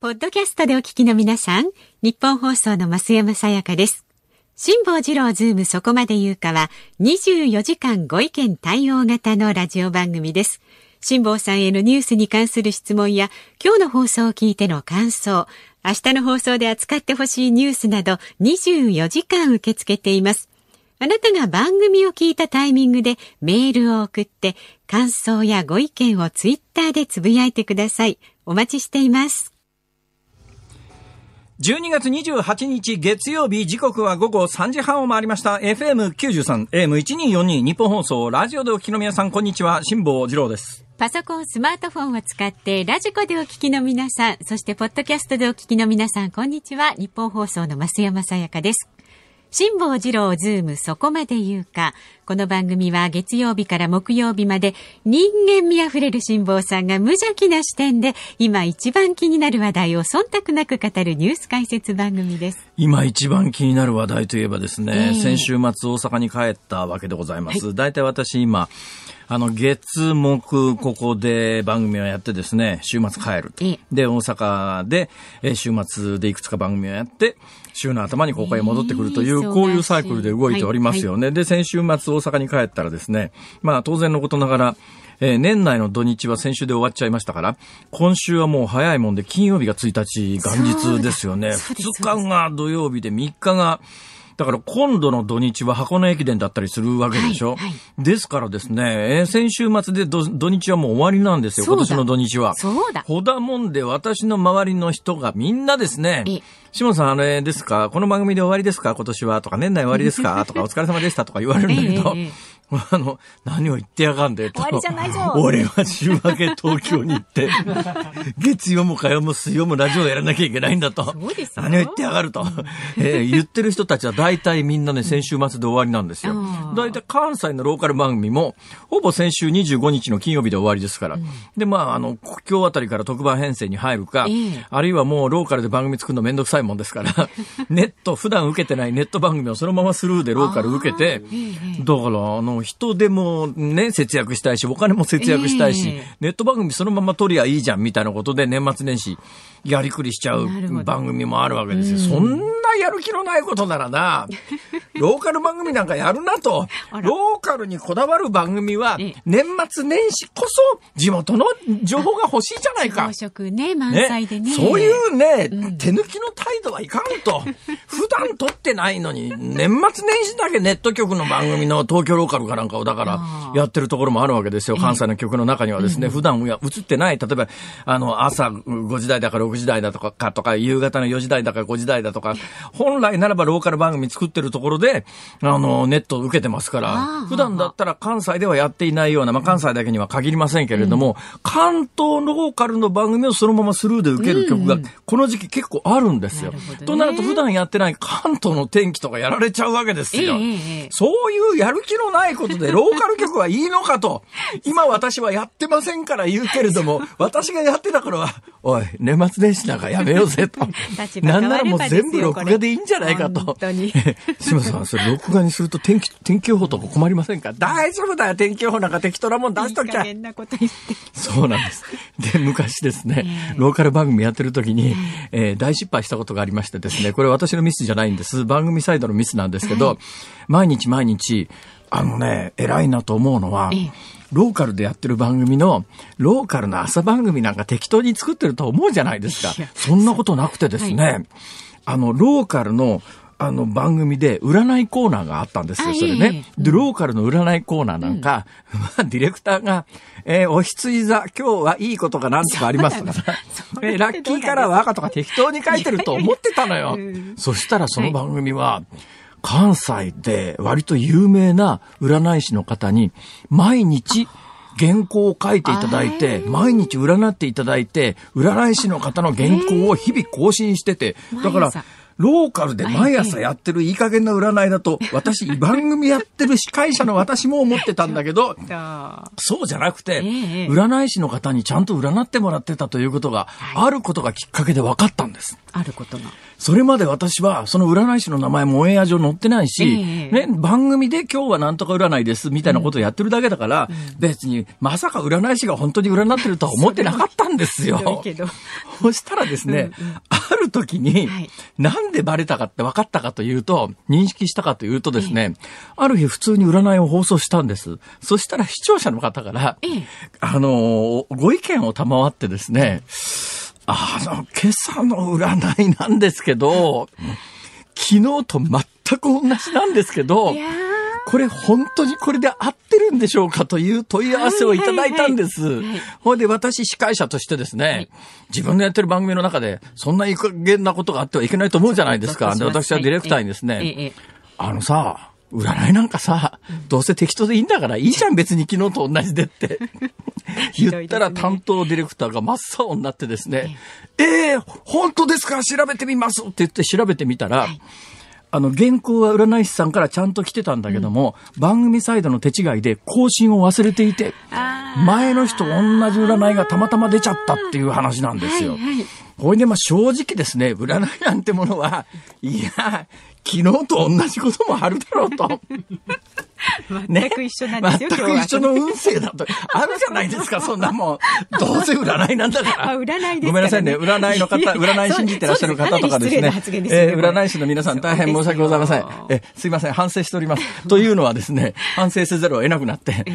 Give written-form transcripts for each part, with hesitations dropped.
ポッドキャストでお聞きの皆さん、日本放送の増山さやかです。辛坊治郎ズームそこまで言うかは、24時間ご意見対応型のラジオ番組です。辛坊さんへのニュースに関する質問や、今日の放送を聞いての感想、明日の放送で扱ってほしいニュースなど、24時間受け付けています。あなたが番組を聞いたタイミングでメールを送って、感想やご意見をツイッターでつぶやいてください。お待ちしています。 12月28日月曜日、時刻は午後3時半を回りました。 FM93 AM1242 日本放送ラジオでお聞きの皆さん、こんにちは。辛坊治郎です。 パソコン、スマートフォンを使ってラジコでお聞きの皆さん、そしてポッドキャストでお聞きの皆さん、こんにちは。日本放送の増山さやかです。辛坊治郎ズームそこまで言うか。この番組は月曜日から木曜日まで人間味あふれる辛坊さんが無邪気な視点で今一番気になる話題を忖度なく語るニュース解説番組です。 今一番気になる話題といえばですね、先週末大阪に帰ったわけでございます。だいたい私今月木ここで番組をやってですね、週末帰ると。で大阪で週末でいくつか番組をやって週の頭にここへ戻ってくるという、こういうサイクルで動いておりますよね。で先週末大阪に帰ったらですね、当然のことながら年内の土日は先週で終わっちゃいましたから、今週はもう早いもんで金曜日が1日元日ですよね。2日が土曜日で3日がだから今度の土日は箱根駅伝だったりするわけでしょ、ですからですね、先週末で土日はもう終わりなんですよ。今年の土日は。ほだもんで私の周りの人がみんなですね、下野さんですか、この番組で終わりですか今年はとか、年内終わりですかとか、お疲れ様でしたとか言われるんだけど、何を言ってやがんでと。 終わりじゃないぞ。 俺は週明け東京に行って月曜も火曜も水曜もラジオやらなきゃいけないんだと。何を言ってやがると、言ってる人たちは大体みんなね、先週末で終わりなんですよ。大体関西のローカル番組もほぼ先週25日の金曜日で終わりですから、で今日あたりから特番編成に入るか、あるいはもうローカルで番組作るのめんどくさいもんですから普段受けてないネット番組をそのままスルーでローカル受けて、だから人でもね、節約したいし、お金も節約したいし、ネット番組そのまま撮りゃいいじゃんみたいなことで年末年始やりくりしちゃう番組もあるわけですよ。そんなやる気のないことならなローカル番組なんかやるなと。ローカルにこだわる番組は年末年始こそ地元の情報が欲しいじゃないか。 朝食ね、満載でね。 そういうね、手抜きの態度はいかんと。普段撮ってないのに年末年始だけネット局の番組の東京ローカルかなんかをだからやってるところもあるわけですよ。関西の局の中にはですね、普段映ってない、例えば朝5時台だか6時台だとか夕方の4時台だか5時台だとか、本来ならばローカル番組作ってるところでネットを受けてますから、普段だったら関西ではやっていないような、関西だけには限りませんけれども、関東ローカルの番組をそのままスルーで受ける曲がこの時期結構あるんですよ。となると普段やってない関東の天気とかやられちゃうわけですよ。そういうやる気のないことでローカル局はいいのかと。今私はやってませんから言うけれども、私がやってた頃はおい年末年始なんかやめようぜとなんならもう全部録画でいいんじゃないかと。島さん、それ録画にすると天気予報とか困りませんか。大丈夫だよ、天気予報なんか適当なもん出しときゃ。そうなんです。で昔ですね、ローカル番組やってる時に、大失敗したことがありましてですね、これ私のミスじゃないんです。番組サイドのミスなんですけど、毎日偉いなと思うのは、ローカルでやってる番組のローカルの朝番組なんか適当に作ってると思うじゃないですか。そんなことなくてですね、ローカルの番組で占いコーナーがあったんですよ、それね。で、ローカルの占いコーナーなんか、ディレクターが、お羊座、今日はいいことが何とかありますとかさ、ラッキーカラーは赤とか適当に書いてると思ってたのよ。そしたらその番組は、関西で割と有名な占い師の方に、毎日、原稿を書いていただいて、毎日占っていただいて、占い師の方の原稿を日々更新してて、だから、 ローカルで毎朝やってるいい加減な占いだと、私、番組やってる司会者の私も思ってたんだけど、そうじゃなくて、占い師の方にちゃんと占ってもらってたということが、あることがきっかけで分かったんです。 あることが。 それまで私は、その占い師の名前もオンエア上載ってないし、ね、番組で今日はなんとか占いですみたいなことをやってるだけだから、別にまさか占い師が本当に占ってるとは思ってなかったんですよ。そしたらですね、ある時に、なんでバレたかって分かったかというと、認識したかというとですね、ある日普通に占いを放送したんです。そしたら視聴者の方から、ご意見を賜ってですね、今朝の占いなんですけど、昨日と全く同じなんですけど、これ本当にこれで合ってるんでしょうかという問い合わせをいただいたんです。ほいで私司会者としてですね、自分のやってる番組の中でそんないい加減なことがあってはいけないと思うじゃないですか。で、私はディレクターにですね、占いなんかさ、どうせ適当でいいんだからいいじゃん別に昨日と同じでって言ったら担当ディレクターが真っ青になってですね、本当ですか調べてみますって言って調べてみたら、原稿は占い師さんからちゃんと来てたんだけども、番組サイドの手違いで更新を忘れていて、前の人と同じ占いがたまたま出ちゃったっていう話なんですよ。これで正直ですね、占いなんてものは、いや、昨日と同じこともあるだろうと。 全く一緒なんですよ、 全く一緒の運勢だと。あるじゃないですか、そんなもん。どうせ占いなんだから。 占いですからね。 ごめんなさいね、占いの方、占い信じてらっしゃる方とかですね。占い師の皆さん大変申し訳ございません。すいません、反省しております。というのはですね、反省せざるを得なくなって、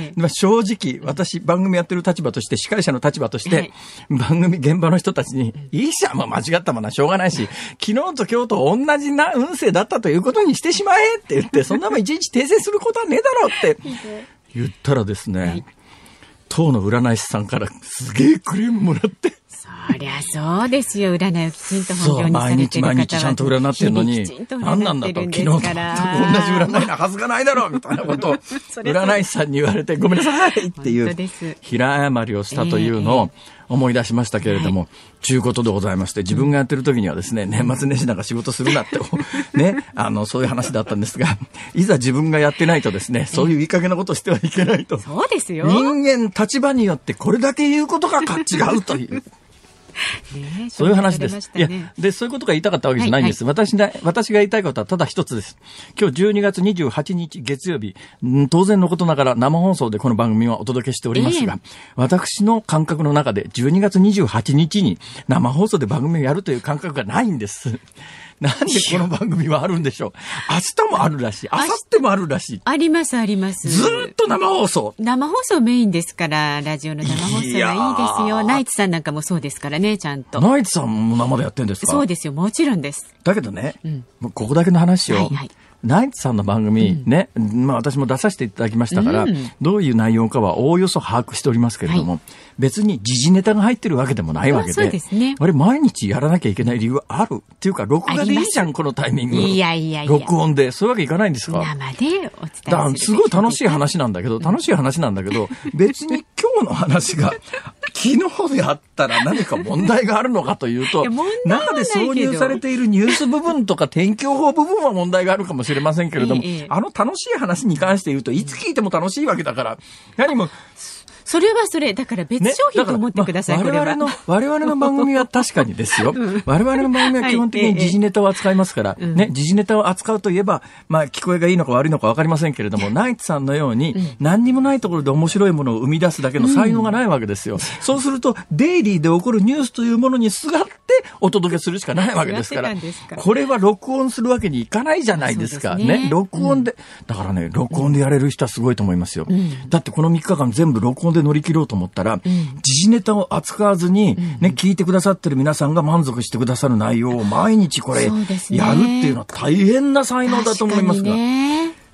正直、私、番組やってる立場として、司会者の立場として、番組現場の人たちに、いいじゃん、間違ったものはしょうがないし、昨日と今日と同じな運勢だったということにしてしまえって言って、そんなもんいちいち訂正することはねえだろうって言ったらですね、当の占い師さんからすげえクレームもらって。 そりゃそうですよ。占いをきちんと本業にされてる方は。 毎日ちゃんと占ってるのに、何なんだと、昨日と同じ占いなはずがないだろうみたいなことを、占い師さんに言われてごめんなさいっていう平謝りをしたというのを思い出しましたけれども、ちゅうことでございまして、自分がやってる時にはですね、年末年始なんか仕事するなって、ね、そういう話だったんですが、いざ自分がやってないとですね、そういういい加減なことをしてはいけないと。 そうですよ。 人間立場によってこれだけ言うことが違うという。そういう話です。いや、で、そういうことが言いたかったわけじゃないんです。私が言いたいことはただ一つです。今日12月28日月曜日、当然のことながら生放送でこの番組はお届けしておりますが、私の感覚の中で12月28日に生放送で番組をやるという感覚がないんです。なんでこの番組はあるんでしょう。明日もあるらしい。明後日もあるらしい。 あります、あります。 ずーっと生放送。 生放送メインですから、ラジオの生放送はいいですよ。ナイツさんなんかもそうですからね、ちゃんと。 ナイツさんも生でやってるんですか？ そうですよ、もちろんです。 だけどね、ここだけの話を。ナイツさんの番組ね、私も出させていただきましたから、どういう内容かはおおよそ把握しておりますけれども、別に時事ネタが入ってるわけでもないわけで、 そうですね。 あれ毎日やらなきゃいけない理由はあるっていうか、録画でいいじゃん、このタイミング。 いやいやいや。 録音で、そういうわけいかないんですか？ 生でお伝えする。 だからすごい楽しい話なんだけど、別に今日の話が、昨日やったら何か問題があるのかというと、中で挿入されているニュース部分とか天気予報部分は問題があるかもしれませんけれども、楽しい話に関して言うと、いつ聞いても楽しいわけだから、何も、 それはそれ、だから別商品と思ってください、これは。 我々の番組は確かにですよ。我々の番組は基本的に時事ネタを扱いますから、ね、時事ネタを扱うといえば、聞こえがいいのか悪いのか分かりませんけれども、ナイツさんのように、何にもないところで面白いものを生み出すだけの才能がないわけですよ。そうすると、デイリーで起こるニュースというものにすがってお届けするしかないわけですから、これは録音するわけにいかないじゃないですか。ね、録音で、だからね、録音でやれる人はすごいと思いますよ。だってこの3日間全部録音で乗り切ろうと思ったら、時事ネタを扱わずに、ね、聞いてくださってる皆さんが満足してくださる内容を毎日これやるっていうのは大変な才能だと思いますが。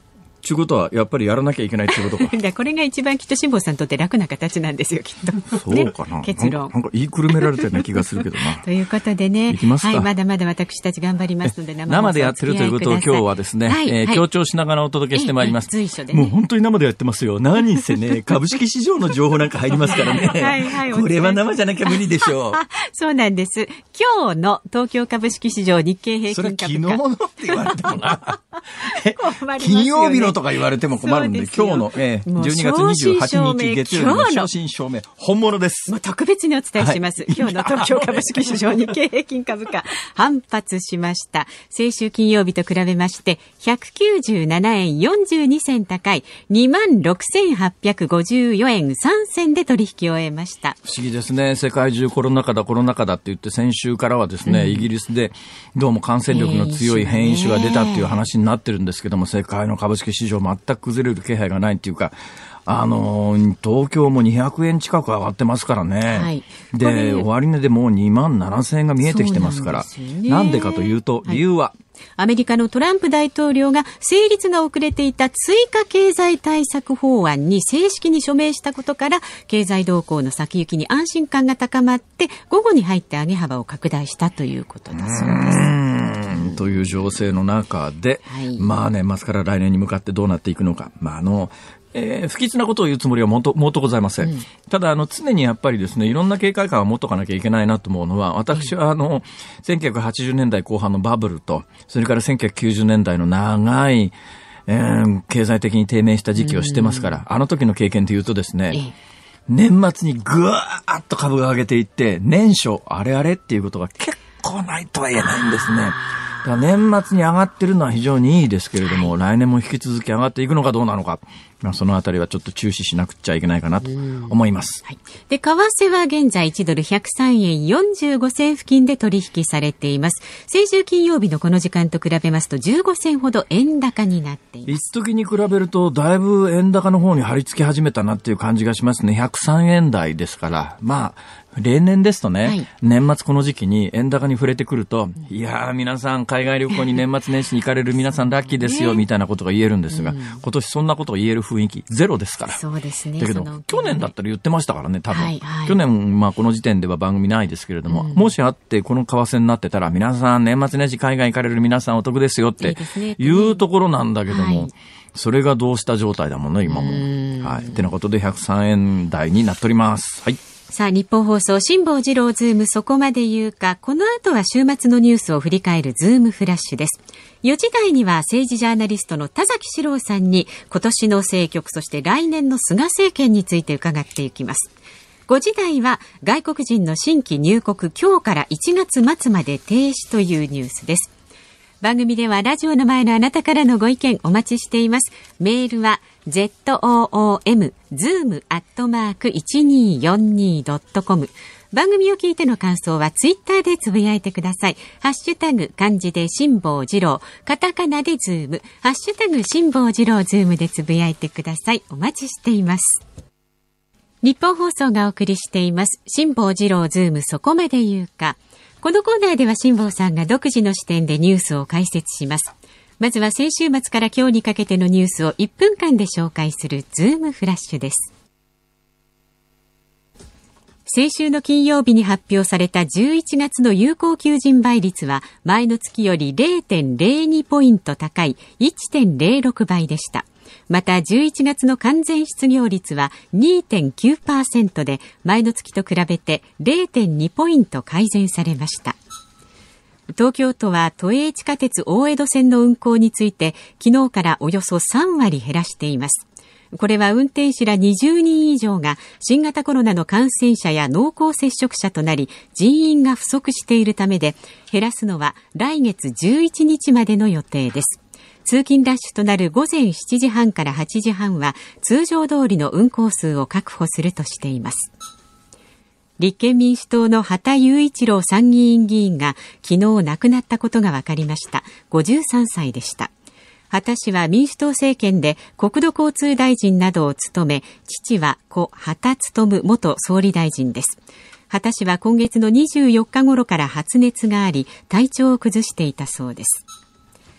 ちゅうことは、やっぱりやらなきゃいけないっていうことか。 これが一番きっと辛坊さんにとって楽な形なんですよ、きっと。 そうかな。 結論。 なんか言いくるめられたような気がするけどな。 ということでね。 いきますか。 はい、まだまだ私たち頑張りますので、 生でやってるということを今日はですね、強調しながらお届けしてまいります。 随所でね。もう本当に生でやってますよ。何せね、株式市場の情報なんか入りますからね。 はいはい。 これは生じゃなきゃ無理でしょう。 そうなんです。今日の東京株式市場日経平均株価。 それ昨日のって言われてもな。金曜日のとか言われても困るんで、今日の、12月28日月曜日の正真正銘、本物です。 もう特別にお伝えします。今日の東京株式市場日経平均株価、反発しました。先週金曜日と比べまして、197円42銭高い、26,854円3銭で取引を終えました。 不思議ですね。世界中コロナ禍だって言って、先週からはですね、イギリスでどうも感染力の強い変異種が出たっていう話になってるんですけども、世界の株式市場全く崩れる気配がないっていうか、東京も200円近く上がってますからね。はい、で、終値でもう27,000円が見えてきてますから。なんでかというと、理由は、 アメリカのトランプ大統領が成立が遅れていた追加経済対策法案に正式に署名したことから、経済動向の先行きに安心感が高まって、午後に入って上げ幅を拡大したということだそうです。 という情勢の中で、まあ年末から来年に向かってどうなっていくのか。不吉なことを言うつもりはもとございません。ただ、常にやっぱりですね、いろんな警戒感を持っとかなきゃいけないなと思うのは、私は1980年代後半のバブルと、それから1990年代の長い、経済的に低迷した時期を知ってますから、あの時の経験で言うとですね、年末にぐわーっと株が上げていって、年初あれあれっていうことが結構ないとは言えないんですね。だから年末に上がってるのは非常にいいですけれども、来年も引き続き上がっていくのかどうなのか、そのあたりはちょっと注視しなくちゃいけないかなと思います。 で、為替は現在1ドル103円45銭付近で取引されています。先週金曜日のこの時間と比べますと15銭ほど円高になっています。 一時に比べるとだいぶ円高の方に張り付き始めたなっていう感じがしますね。103円台ですから、例年ですとね、年末この時期に円高に触れてくると、いやー皆さん海外旅行に年末年始に行かれる皆さんラッキーですよみたいなことが言えるんですが、今年そんなことを言える雰囲気ゼロですから。 そうですね。 だけど去年だったら言ってましたからね、多分。去年この時点では番組ないですけれども、もしあってこの為替になってたら、皆さん年末年始海外行かれる皆さんお得ですよっていうところなんだけども、それがどうした状態だもんね、今も。ってなことで103円台になっております。 さあ、日本放送、辛坊治郎ズームそこまで言うか。この後は週末のニュースを振り返るズームフラッシュです。4時台には政治ジャーナリストの田崎史郎さんに今年の政局、そして来年の菅政権について伺っていきます。5時台は外国人の新規入国今日から1月末まで停止というニュースです。番組ではラジオの前のあなたからのご意見お待ちしています。メールはzoom@1242.com。番組を聞いての感想はツイッターでつぶやいてください。ハッシュタグ漢字で辛坊治郎、カタカナでズーム、ハッシュタグ辛坊治郎ズームでつぶやいてください。お待ちしています。日本放送がお送りしています。辛坊治郎ズームそこまで言うか。このコーナーでは辛坊さんが独自の視点でニュースを解説します。まずは先週末から今日にかけてのニュースを1分間で紹介するズームフラッシュです。先週の金曜日に発表された11月の有効求人倍率は前の月より 0.02 ポイント高い 1.06 倍でした。また11月の完全失業率は 2.9% で前の月と比べて 0.2 ポイント改善されました。東京都は都営地下鉄大江戸線の運行について昨日からおよそ3割減らしています。これは運転手ら20人以上が新型コロナの感染者や濃厚接触者となり人員が不足しているためで、減らすのは来月11日までの予定です。通勤ラッシュとなる午前7時半から8時半は通常通りの運行数を確保するとしています。立憲民主党の羽田雄一郎参議院議員が昨日亡くなったことが分かりました。53歳でした。羽田氏は民主党政権で国土交通大臣などを務め、父は故羽田孜元総理大臣です。羽田氏は今月の24日頃から発熱があり、体調を崩していたそうです。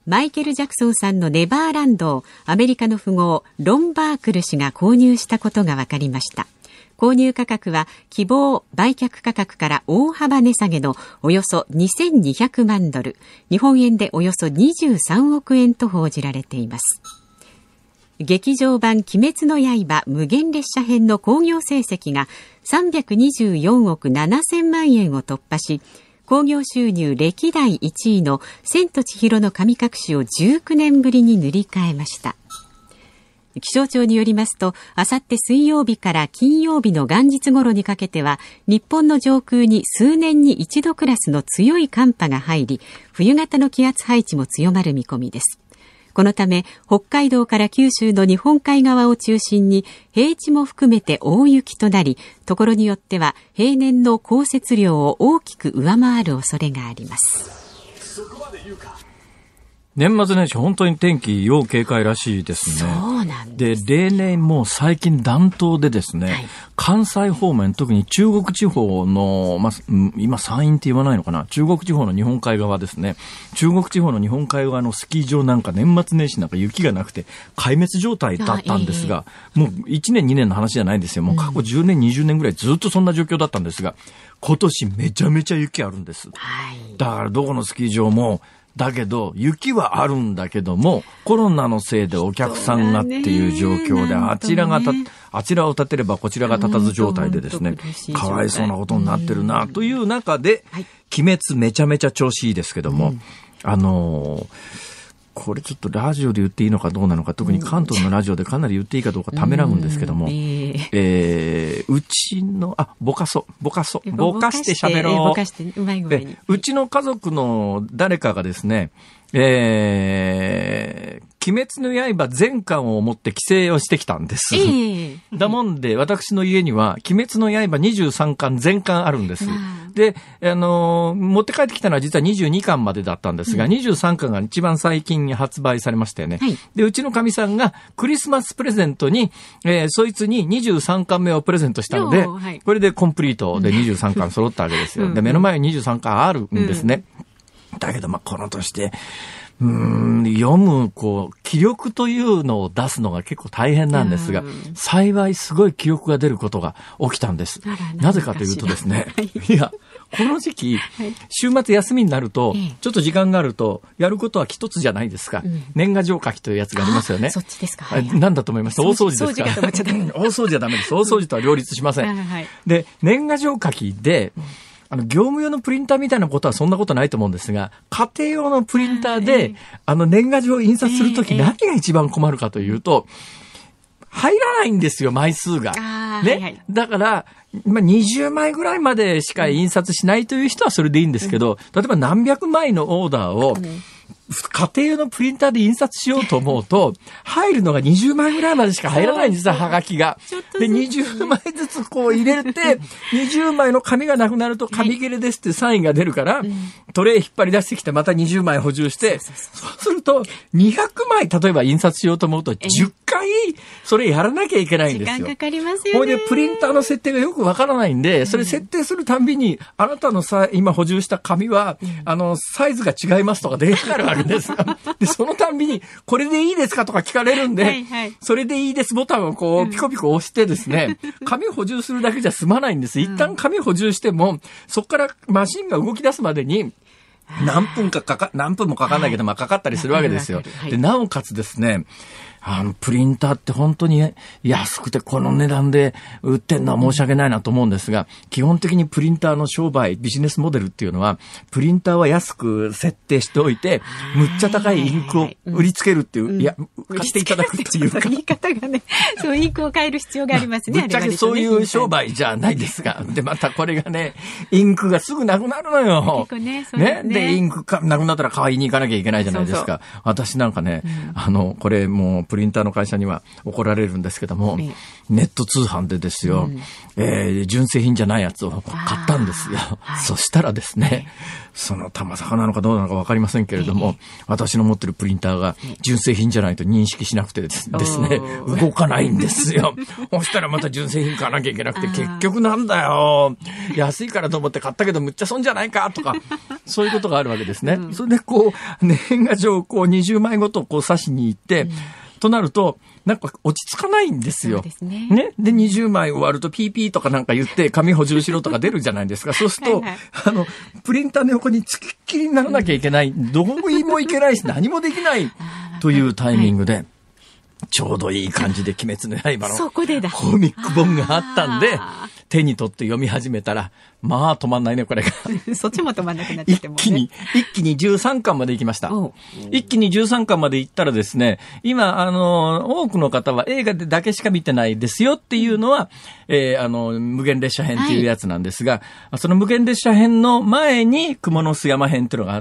マイケル・ジャクソンさんのネバーランドをアメリカの富豪ロン・バークル氏が購入したことが分かりました。購入価格は希望売却価格から大幅値下げのおよそ2200万ドル、日本円でおよそ23億円と報じられています。劇場版鬼滅の刃無限列車編の興行成績が324億7000万円を突破し、興行収入歴代1位の千と千尋の神隠しを19年ぶりに塗り替えました。気象庁によりますと、あさって水曜日から金曜日の元日頃にかけては、日本の上空に数年に一度クラスの強い寒波が入り、冬型の気圧配置も強まる見込みです。このため、北海道から九州の日本海側を中心に、平地も含めて大雪となり、ところによっては平年の降雪量を大きく上回る恐れがあります。 年末年始本当に天気要警戒らしいですね。 そうなんです。 で、例年もう最近暖冬でですね、はい、関西方面、特に中国地方の、今山陰って言わないのかな、中国地方の日本海側ですね。中国地方の日本海側のスキー場なんか年末年始なんか雪がなくて壊滅状態だったんですが、もう1年2年の話じゃないですよ。もう過去10年20年ぐらいずっとそんな状況だったんですが、今年めちゃめちゃ雪あるんです。 はい、 だからどこのスキー場もだけど雪はあるんだけども、コロナのせいでお客さんがっていう状況で、あちらを立てればこちらが立たず状態でですね、かわいそうなことになってるなという中で、鬼滅めちゃめちゃ調子いいですけども、これちょっとラジオで言っていいのかどうなのか、特に関東のラジオでかなり言っていいかどうかためらうんですけども、うちの、ぼかして喋ろう。 ぼかしてうまい具合に。 うちの家族の誰かがですね、鬼滅の刃全巻を持って帰省をしてきたんです。だもんで、私の家には鬼滅の刃23巻全巻あるんです。で、持って帰ってきたのは実は22巻までだったんですが、23巻が一番最近に発売されましたよね。はい、で、うちのかみさんがクリスマスプレゼントに、そいつに23巻目をプレゼントしたので、はい、これでコンプリートで23巻揃ったわけですよ。で、目の前に23巻あるんですね。だけど、この年で、読む、気力というのを出すのが結構大変なんですが、幸いすごい気力が出ることが起きたんです。なぜかというとですね、いや、この時期、週末休みになると、ちょっと時間があると、やることは一つじゃないですか。年賀状書きというやつがありますよね。 そっちですか。 何だと思います？大掃除ですか？大掃除はダメです。大掃除とは両立しません。で、年賀状書きで、業務用のプリンターみたいなことはそんなことないと思うんですが、家庭用のプリンターで、年賀状を印刷するとき何が一番困るかというと、入らないんですよ、枚数が。ね。だから、20枚ぐらいまでしか印刷しないという人はそれでいいんですけど、例えば何百枚のオーダーを、家庭用のプリンターで印刷しようと思うと、入るのが20枚ぐらいまでしか入らないんですよ、はがきが。で、20枚ずつ入れて、20枚の紙がなくなると紙切れですってサインが出るから、トレイ引っ張り出してきてまた20枚補充して、そうすると200枚例えば印刷しようと思うと10回それやらなきゃいけないんですよ。 時間かかりますよね。 これでプリンターの設定がよくわからないんで、それ設定するたんびに、あなたの今補充した紙は、サイズが違いますとか出かかるわけです。で、そのたんびに、これでいいですかとか聞かれるんで、それでいいですボタンをピコピコ押してですね、紙補充するだけじゃ済まないんです。一旦紙補充しても、そこからマシンが動き出すまでに、何分もかかんないけど、かかったりするわけですよ。で、なおかつですね、プリンターって本当に安くてこの値段で売ってんのは申し訳ないなと思うんですが、基本的にプリンターの商売、ビジネスモデルっていうのは、プリンターは安く設定しておいて、むっちゃ高いインクを売りつけるっていう、いや、貸していただくっていうか。 言い方がね、そうインクを変える必要がありますね。 ぶっちゃけそういう商売じゃないですが。で、またこれがね、インクがすぐなくなるのよ。 結構ね、そうですね。 で、インクなくなったら買いに行かなきゃいけないじゃないですか。私なんかね、これもう、 プリンターの会社には怒られるんですけども、ネット通販でですよ、純正品じゃないやつを買ったんですよ。そしたらですね、そのたまさかなのかどうなのかわかりませんけれども、私の持ってるプリンターが純正品じゃないと認識しなくてですね、動かないんですよ。そしたらまた純正品買わなきゃいけなくて、結局なんだよ。安いからと思って買ったけどむっちゃ損じゃないかとか、そういうことがあるわけですね。それで年賀状を20枚ごと刺しに行って、となると、なんか落ち着かないんですよ。そうですね。で、20枚終わるとピーピーとかなんか言って、紙補充しろとか出るじゃないですか。そうすると、プリンターの横につきっきりにならなきゃいけない。どこもいけないし、何もできないというタイミングで、ちょうどいい感じで鬼滅の刃のコミック本があったんで、手に取って読み始めたら、まあ止まんないね、これが。 そっちも止まんなくなっちゃってもね。 一気に13巻まで行きました。一気に13巻まで行ったらですね、今、多くの方は映画でだけしか見てないですよっていうのは、無限列車編っていうやつなんですが、その無限列車編の前に蜘蛛の巣山編っていうのがあって、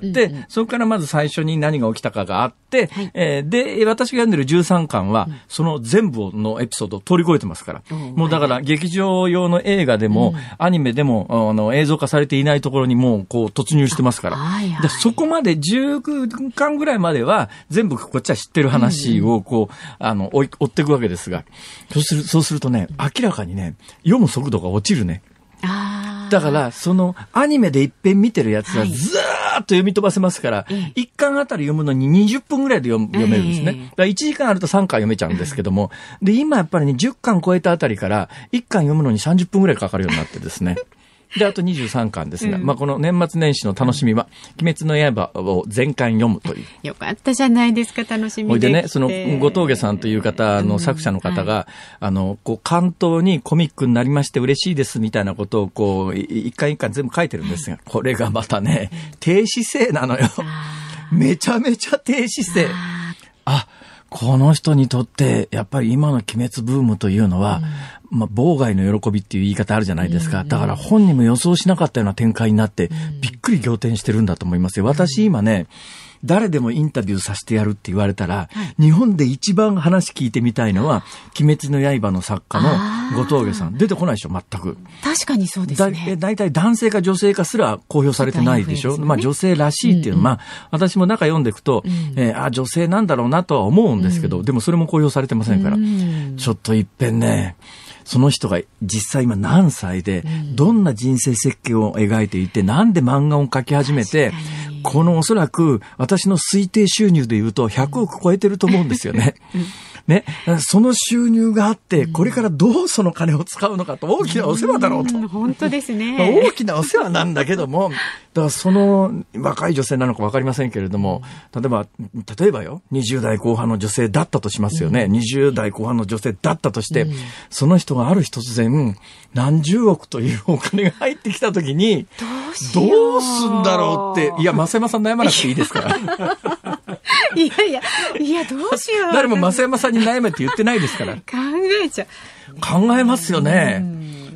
そこからまず最初に何が起きたかがあって、で、私が読んでる13巻は、その全部のエピソードを通り越えてますから。もうだから劇場用の映画でも、アニメでも、映像化されていないところにもう突入してますから。でそこまで19巻ぐらいまでは全部こっちは知ってる話を追っていくわけですが、そうするとね、明らかにね、読む速度が落ちるね。だからそのアニメで一遍見てるやつはずーっと読み飛ばせますから、1巻あたり読むのに20分ぐらいで読めるんですね。だから1時間あると3巻読めちゃうんですけども、で今やっぱりね10巻超えたあたりから1巻読むのに30分ぐらいかかるようになってですね。で、あと23巻ですが、この年末年始の楽しみは、鬼滅の刃を全巻読むという。 よかったじゃないですか、楽しみで。 でね、その、後峠さんという方の作者の方が、関東にコミックになりまして嬉しいですみたいなことを、一巻一巻全部書いてるんですが、これがまたね、低姿勢なのよ。めちゃめちゃ低姿勢。この人にとって、やっぱり今の鬼滅ブームというのは、妨害の喜びっていう言い方あるじゃないですか。だから本人も予想しなかったような展開になって、びっくり仰天してるんだと思いますよ。私今ね、誰でもインタビューさせてやるって言われたら、日本で一番話聞いてみたいのは、鬼滅の刃の作家の後峠さん。出てこないでしょ、全く。 確かにそうですね。 だいたい男性か女性かすら公表されてないでしょ。女性らしいっていうのは、私も中読んでいくと、女性なんだろうなとは思うんですけど、でもそれも公表されてませんから、ちょっと一遍ね、その人が実際今何歳で、どんな人生設計を描いていて、なんで漫画を描き始めて、このおそらく私の推定収入で言うと100億超えてると思うんですよね。ね、その収入があって、これからどうその金を使うのかと大きなお世話だろうと。 本当ですね。 大きなお世話なんだけども、だからその若い女性なのかわかりませんけれども、例えばよ、20代後半の女性だったとしますよね。20代後半の女性だったとして、その人がある日突然、何十億というお金が入ってきたときに、どうすんだろうって、いや、増山さん悩まなくていいですから。 いや、どうしよう。 誰も増山さんに悩めって言ってないですから。 考えちゃう。 考えますよね。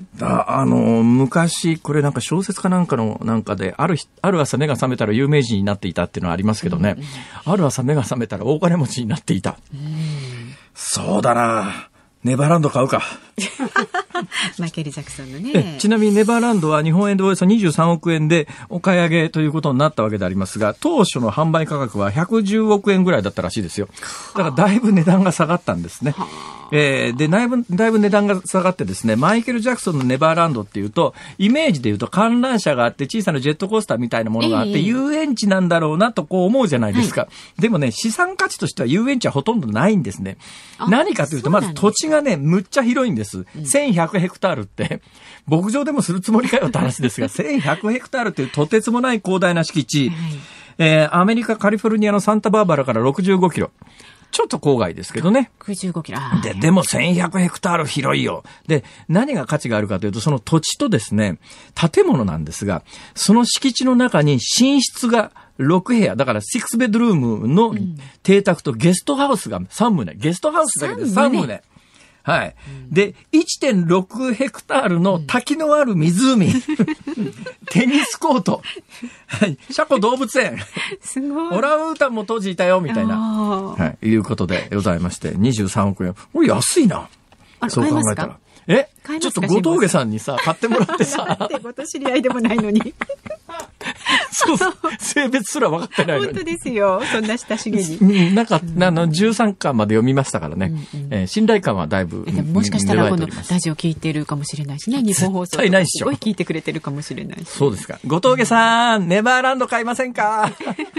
昔、これなんか小説かなんかで、ある朝目が覚めたら有名人になっていたっていうのはありますけどね。ある朝目が覚めたら大金持ちになっていた。そうだな。ネバーランド買うか。 マイケル・ジャクソンのね。 ちなみにネバーランドは日本円でおよそ23億円でお買い上げということになったわけでありますが、当初の販売価格は110億円ぐらいだったらしいですよ。だからだいぶ値段が下がったんですね。で、だいぶ値段が下がってですね、マイケル・ジャクソンのネバーランドっていうと、イメージでいうと観覧車があって小さなジェットコースターみたいなものがあって、遊園地なんだろうなと思うじゃないですか。でもね、資産価値としては遊園地はほとんどないんですね。何かというと、まず土地がね、むっちゃ広いんです。1100ヘクタールって、牧場でもするつもりかよって話ですが、1100ヘクタールっていうとてつもない広大な敷地、アメリカカリフォルニアのサンタバーバラから65キロ。ちょっと郊外ですけどね。 65キロ。 でも1100ヘクタール広いよ。で、何が価値があるかというと、その土地とですね、建物なんですが、その敷地の中に寝室が6部屋、だから6ベッドルームの邸宅とゲストハウスが3棟。ゲストハウスだけで3棟。 はい。で、1.6 ヘクタールの滝のある湖。テニスコート。シャコ動物園。 すごい。 オランウータンも当時いたよ、みたいな。はい。いうことでございまして、23億円。これ安いな。そう考えたら。ちょっと後藤家さんにさ、買ってもらってさ。 ごと知り合いでもないのに。 そう、性別すら分かってないのに。 本当ですよ。そんな親しげに。 なんか、13巻まで読みましたからね。信頼感はだいぶ。 もしかしたらこのラジオ聞いてるかもしれないしね。日本放送。 絶対ないっしょ。 すごい聞いてくれてるかもしれないし。 そうですか。後藤家さん、ネバーランド買いませんか？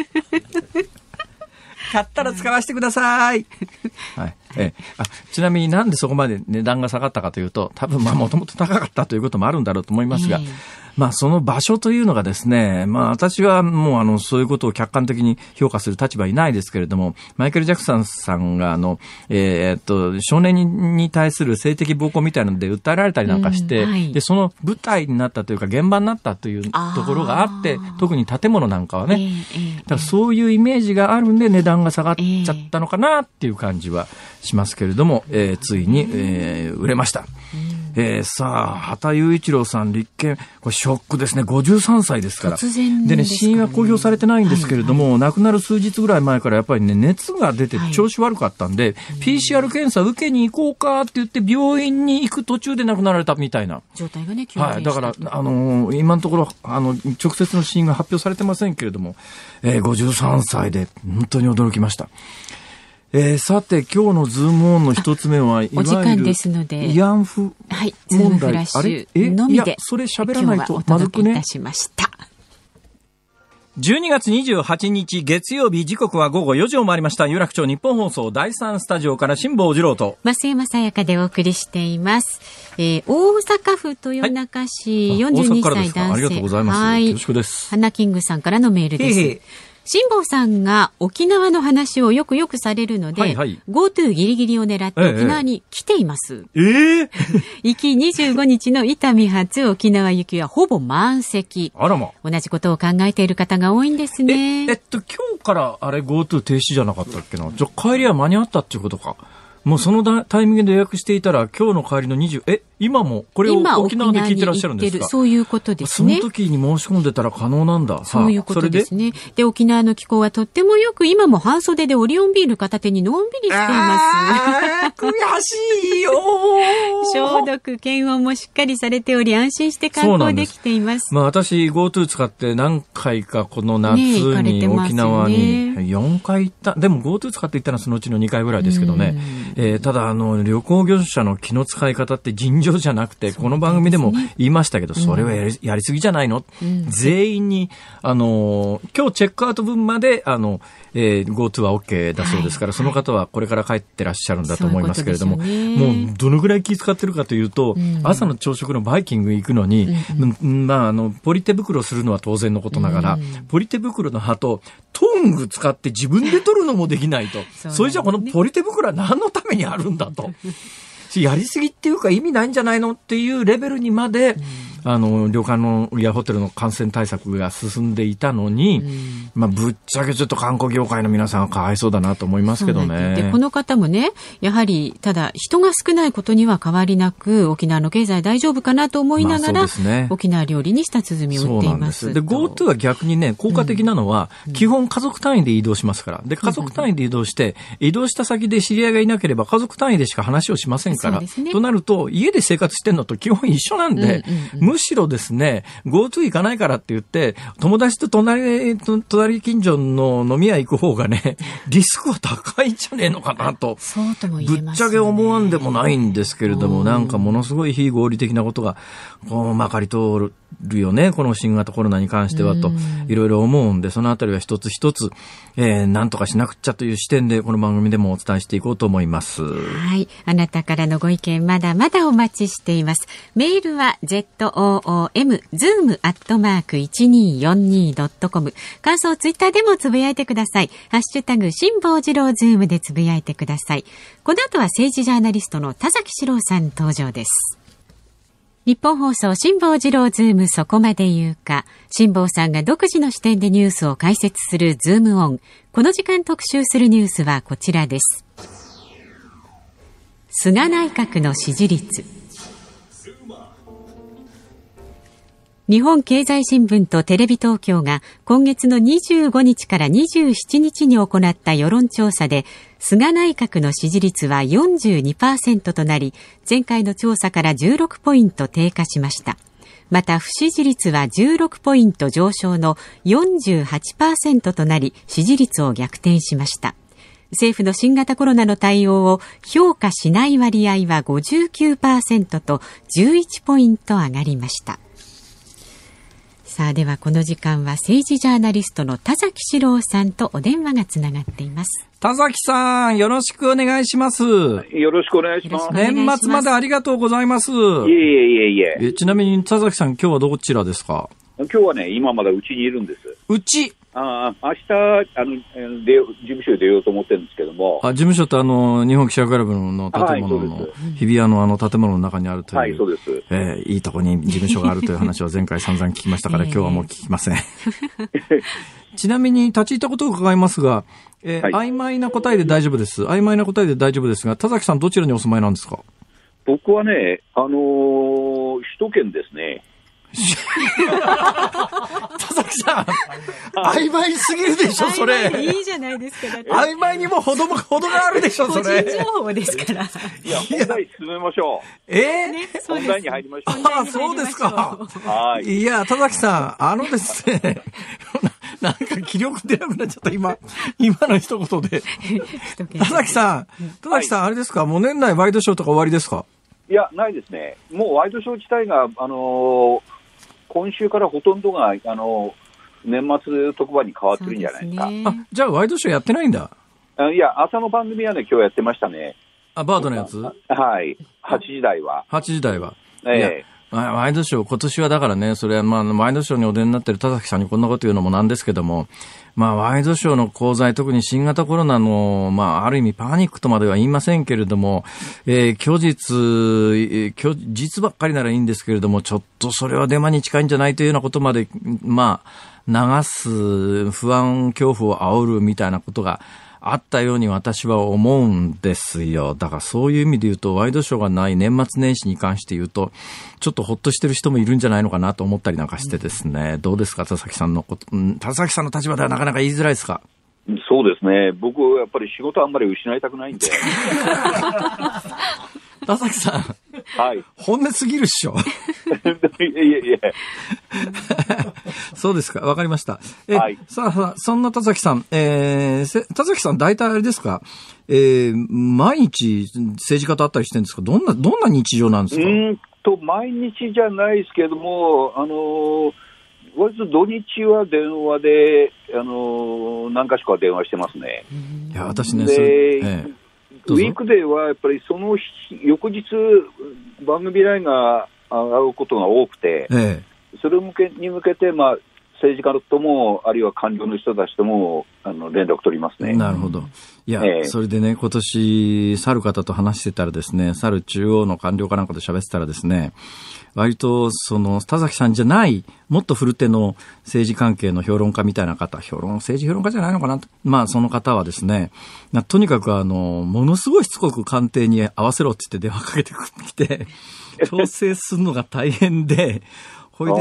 買ったら使わせてください。はい。ちなみになんでそこまで値段が下がったかというと、多分もともと高かったということもあるんだろうと思いますが、その場所というのがですね、私はもうそういうことを客観的に評価する立場にないですけれども、マイケル・ジャクソンさんが少年に対する性的暴行みたいなので訴えられたりなんかして、で、その舞台になったというか現場になったというところがあって、特に建物なんかはね、だからそういうイメージがあるんで値段が下がっちゃったのかなっていう感じはしますけれども、ついに、売れました。さあ、畑雄一郎さん立件、これショックですね。53歳ですから。 突然でね、死因は公表されてないんですけれども、亡くなる数日ぐらい前からやっぱりね、熱が出て調子悪かったんで、PCR 検査受けに行こうかって言って病院に行く途中で亡くなられたみたいな。 状態がね、急変した。 はい。だから、今のところ、直接の死因が発表されてませんけれども、53歳で本当に驚きました。さて、今日のズームオンの一つ目は、いわゆる、 お時間ですので、 慰安婦問題。 あれのみで、 それ喋らないとまずくね。 今日はお届けいたしました。 12月28日月曜日、時刻は午後4時を回りました。有楽町日本放送第3スタジオから辛坊治郎と増山さやかでお送りしています。大阪府豊中市、42歳男性。 ありがとうございます。 はい。 よろしくです。 花キングさんからのメールです。辛坊さんが沖縄の話をよくされるので、GoTo ギリギリを狙って沖縄に来ています。 行き25日の伊丹発沖縄行きはほぼ満席。 あらま。 同じことを考えている方が多いんですね。 今日からあれ GoTo 停止じゃなかったっけな。じゃ帰りは間に合ったっていうことか。もうそのタイミングで予約していたら今日の帰りの今もこれを沖縄で聞いてらっしゃるんですか？ そういうことですね。 その時に申し込んでたら可能なんだ。 そういうことですね。で、沖縄の気候はとってもよく、今も半袖でオリオンビール片手にのんびりしています。 悔しいよ消毒、検温もしっかりされており、安心して観光できています。 私 GoTo 使って何回かこの夏に沖縄に4回行った。でも GoTo 使って行ったのはそのうちの2回ぐらいですけどね。ただ旅行業者の気の使い方って尋常じゃなくて、この番組でも言いましたけど、それはやりすぎじゃないの、全員に今日チェックアウト分までGoTo は OK だそうですから、その方はこれから帰ってらっしゃるんだと思いますけれども、もうどのぐらい気使ってるかというと、朝の朝食のバイキング行くのに、ポリ手袋するのは当然のことながら、ポリ手袋の刃とトング使って自分で取るのもできないと。それじゃこのポリ手袋は何のためにあるんだと。やりすぎっていうか意味ないんじゃないのっていうレベルにまで、旅館のやホテルの感染対策が進んでいたのに、ぶっちゃけちょっと観光業界の皆さんはかわいそうだなと思いますけどね。 で、この方もね、やはりただ人が少ないことには変わりなく、沖縄の経済大丈夫かなと思いながら、沖縄料理に舌鼓を打っています。 で、GoTo は逆にね、効果的なのは、基本家族単位で移動しますから。で、家族単位で移動して、移動した先で知り合いがいなければ家族単位でしか話をしませんから、となると、家で生活してんのと基本一緒なんで、むしろですね、GoTo 行かないからって言って、友達と隣近所の飲み屋行く方がね、リスクは高いんじゃねえのかなと。 そうとも言えますね。 ぶっちゃけ思わんでもないんですけれども、なんかものすごい非合理的なことが、まかり通るよね、この新型コロナに関してはと、いろいろ思うんで、そのあたりは一つ一つ、なんとかしなくっちゃという視点で、この番組でもお伝えしていこうと思います。 はい。あなたからのご意見、まだまだお待ちしています。メールは zoom@1242.com。感想ツイッターでもつぶやいてください。ハッシュタグ辛坊治郎ズームでつぶやいてください。この後は政治ジャーナリストの田崎史郎さん登場です。日本放送辛坊治郎ズームそこまで言うか。辛坊さんが独自の視点でニュースを解説するズームオン。この時間特集するニュースはこちらです。 菅内閣の支持率。日本経済新聞とテレビ東京が今月の25日から27日に行った世論調査で、菅内閣の支持率は 42% となり、前回の調査から16ポイント低下しました。また不支持率は16ポイント上昇の 48% となり、支持率を逆転しました。政府の新型コロナの対応を評価しない割合は 59% と11ポイント上がりました。さあ、ではこの時間は政治ジャーナリストの田崎史郎さんとお電話がつながっています。 田崎さん、よろしくお願いします。 よろしくお願いします。 年末までありがとうございます。 いえ。 ちなみに田崎さん、今日はどちらですか？ 今日はね、今まだうちにいるんです。 うち？ 明日、事務所に出ようと思ってるんですけども。 事務所って日本記者クラブの建物の、日比谷の建物の中にあるという。 はい、そうです。 いいとこに事務所があるという話を前回散々聞きましたから、今日はもう聞きません。ちなみに、立ち入ったことを伺いますが、曖昧な答えで大丈夫です。曖昧な答えで大丈夫ですが、田崎さんどちらにお住まいなんですか？ 僕はね、首都圏ですね。 田崎さん、曖昧すぎるでしょ、それ。 いいじゃないですか。 曖昧にも程があるでしょ、それ。 個人情報ですから。 いや、本題進めましょう。本題に入りましょう。 ああ、そうですか。 はい。 いや、田崎さん、ですね、なんか気力出なくなっちゃった、今の一言で。田崎さん、あれですか、もう年内ワイドショーとか終わりですか？ いや、ないですね。もうワイドショー自体が、今週からほとんどが、年末特番に変わってるんじゃないですか。 じゃあワイドショーやってないんだ。 いや、朝の番組はね、今日やってましたね。 バードのやつ？ はい。8時台は。 8時台は。ワイドショー、今年はだからね、それはワイドショーにお出になってる田崎さんにこんなこと言うのもなんですけども、ワイドショーの功罪、特に新型コロナの、ある意味パニックとまでは言いませんけれども、虚実ばっかりならいいんですけれども、ちょっとそれはデマに近いんじゃないというようなことまで、流す不安、恐怖を煽るみたいなことがあったように私は思うんですよ。だからそういう意味で言うと、ワイドショーがない年末年始に関して言うと、ちょっとほっとしてる人もいるんじゃないのかなと思ったりなんかしてですね。どうですか、田崎さんの立場ではなかなか言いづらいですか？ そうですね。僕はやっぱり仕事あんまり失いたくないんで。 田崎さん。 はい。 本音すぎるっしょ。 いや。 そうですか。わかりました。 はい。 さあ、そんな田崎さん、田崎さん大体あれですか、毎日政治家と会ったりしてるんですか？どんな日常なんですか？ 毎日じゃないですけれども、割と土日は電話で、何か所か電話してますね。 いや、私ね、 ウィークデーはやっぱりその日、翌日、番組ラインが上がることが多くて、それに向けて、政治家とも、あるいは官僚の人たちとも、連絡取りますね。 なるほど。いや、それでね、今年、去る方と話してたらですね、去る中央の官僚かなんかと喋ってたらですね、割と、田崎さんじゃない、もっと古手の政治関係の評論家みたいな方、政治評論家じゃないのかな、その方はですね、とにかくものすごいしつこく官邸に合わせろって言って電話かけてきて、調整するのが大変で、ほいで、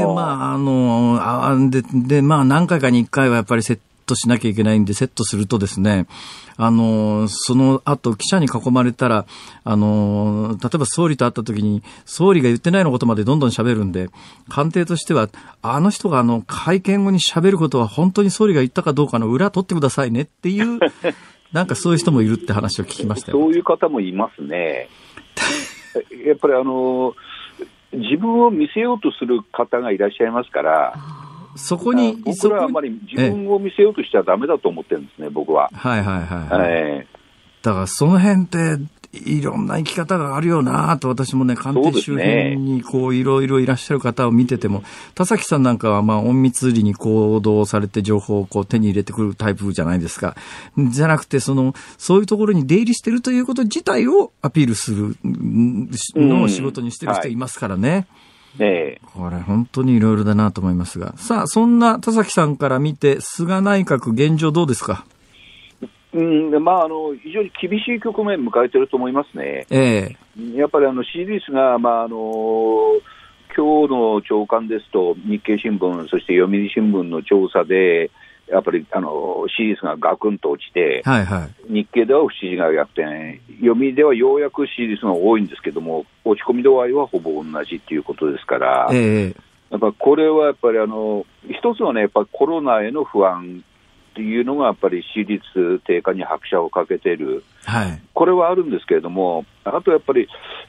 何回かに1回はやっぱりセットしなきゃいけないんで、セットするとですね、その後、記者に囲まれたら、例えば総理と会った時に、総理が言ってないのことまでどんどん喋るんで、官邸としては、あの人が会見後に喋ることは本当に総理が言ったかどうかの裏取ってくださいねっていう、なんかそういう人もいるって話を聞きましたよ。 そういう方もいますね。やっぱり自分を見せようとする方がいらっしゃいますから、 そこに僕らはあまり自分を見せようとしちゃダメだと思ってるんですね、僕は。 はい。だからその辺っていろんな生き方があるよなと、私もね、官邸周辺にいろいろいらっしゃる方を見てても、田崎さんなんかは隠密裏に行動されて情報を手に入れてくるタイプじゃないですか。じゃなくて、そういうところに出入りしてるということ自体をアピールするのを仕事にしてる人いますからね。これ本当にいろいろだなと思いますが。さあ、そんな田崎さんから見て、菅内閣現状どうですか？ まあ、非常に厳しい局面を迎えていると思いますね。やっぱり支持率が、今日の朝刊ですと、日経新聞、そして読売新聞の調査で、やっぱり支持率がガクンと落ちて、日経では不支持が逆転、読売ではようやく支持率が多いんですけども、落ち込み度合いはほぼ同じということですから、やっぱこれはやっぱり一つはね、やっぱりコロナへの不安っていうのがやっぱり支持率低下に拍車をかけている、これはあるんですけれども、あとやっぱり、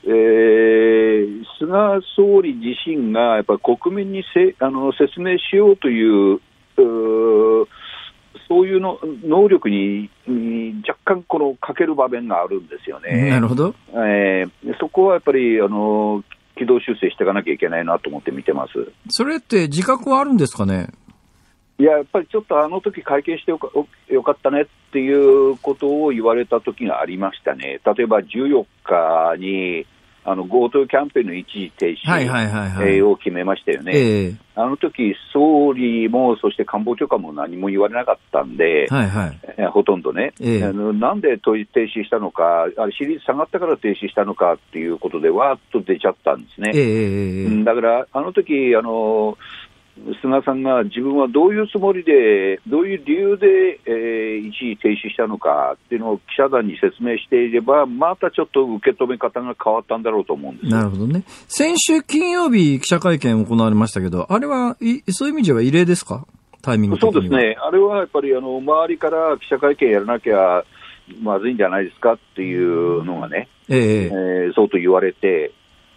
菅総理自身がやっぱり国民に説明しようというそういうの能力に若干欠ける場面があるんですよね。 なるほど。 そこはやっぱり軌道修正していかなきゃいけないなと思って見てます。 それって自覚はあるんですかね。 いや、やっぱりちょっと時会見してよかったねっていうことを言われた時がありましたね。例えば14日にGoTo キャンペーンの一時停止を決めましたよね。あの時総理もそして官房長官も何も言われなかったんで、ほとんどね、なんで停止したのか、支持率下がったから停止したのかっていうことでわーっと出ちゃったんですね。だからあの時菅さんが自分はどういうつもりで、どういう理由で、一時停止したのかっていうのを記者団に説明していれば、またちょっと受け止め方が変わったんだろうと思うんですよ。 なるほどね。先週金曜日記者会見行われましたけど、あれはそういう意味では異例ですか、タイミング的には。 そうですね。あれはやっぱり周りから記者会見やらなきゃまずいんじゃないですかっていうのがね、そうと言われて、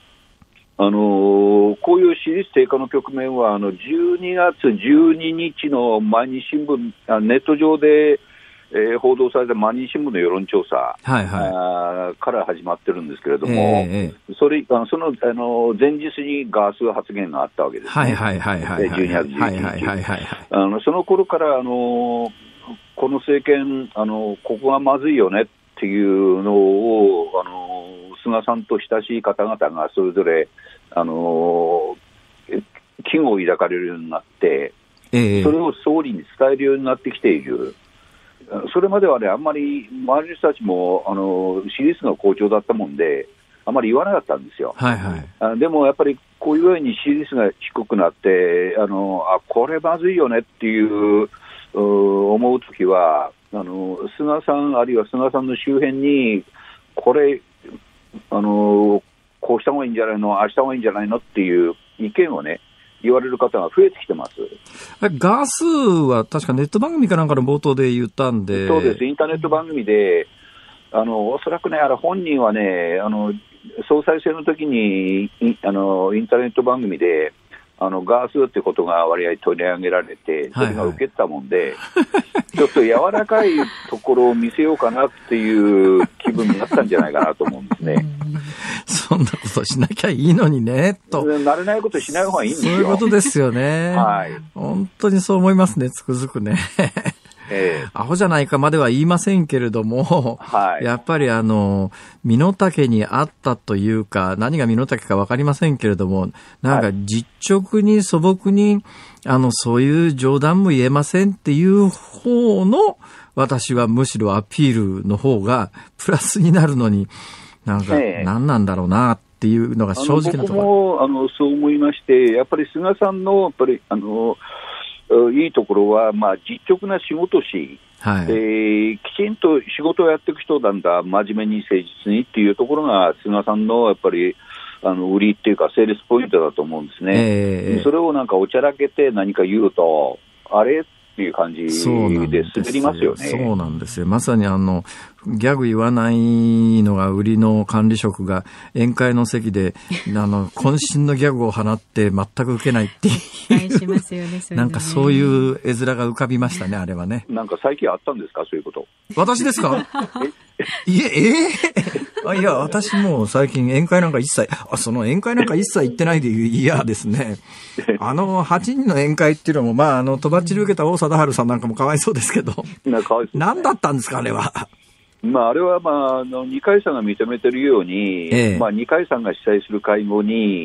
こういう支持率低下の局面は12月12日の毎日新聞、ネット上で、報道された毎日新聞の世論調査、から始まってるんですけれども、その前日にガース発言があったわけですね。12月11日。その頃からこの政権ここがまずいよねっていうのを菅さんと親しい方々がそれぞれ危惧を抱かれるようになって、それを総理に伝えるようになってきている。それまではね、あんまり周りの人たちも支持率が好調だったもんであんまり言わなかったんですよ。でもやっぱりこういうように支持率が低くなってこれまずいよねっていう思うときは菅さんあるいは菅さんの周辺にこれこうした方がいいんじゃないの、ああした方がいいんじゃないのっていう意見をね言われる方が増えてきてます。 ガースは確かネット番組かなんかの冒頭で言ったんで。 そうです。インターネット番組でおそらくね本人はね総裁選の時にインターネット番組でガースってことが割合取り上げられて、それが受けたもんで、ちょっと柔らかいところを見せようかなっていう気分になったんじゃないかなと思うんですね。 そんなことしなきゃいいのにね、と。 慣れないことしない方がいいんですよ。 そういうことですよね。本当にそう思いますね、つくづくね。アホじゃないかまでは言いませんけれども、やっぱり身の丈にあったというか、何が身の丈か分かりませんけれども、なんか実直に素朴にそういう冗談も言えませんっていう方の私はむしろアピールの方がプラスになるのに、なんか何なんだろうなっていうのが正直なところ。 僕もそう思いまして、やっぱり菅さんのやっぱりいいところは、実直な仕事し、きちんと仕事をやっていく人なんだ、真面目に誠実にっていうところが菅さんのやっぱり売りっていうかセールスポイントだと思うんですね。それをなんかおちゃらけて何か言うとあれっていう感じで滑りますよね。 そうなんですよ。まさにギャグ言わないのが売りの管理職が宴会の席で渾身のギャグを放って全く受けないっていうなんかそういう絵面が浮かびましたね、あれはね。 なんか最近あったんですか、そういうこと。 私ですかいや、私もう最近宴会なんか一切、その宴会なんか一切行ってないでいやですね。8人の宴会っていうのも、とばっちり受けた王貞治さんなんかもかわいそうですけど。何だったんですか、あれは。 あれは二階さんが認めているように、二階さんが主催する会合に、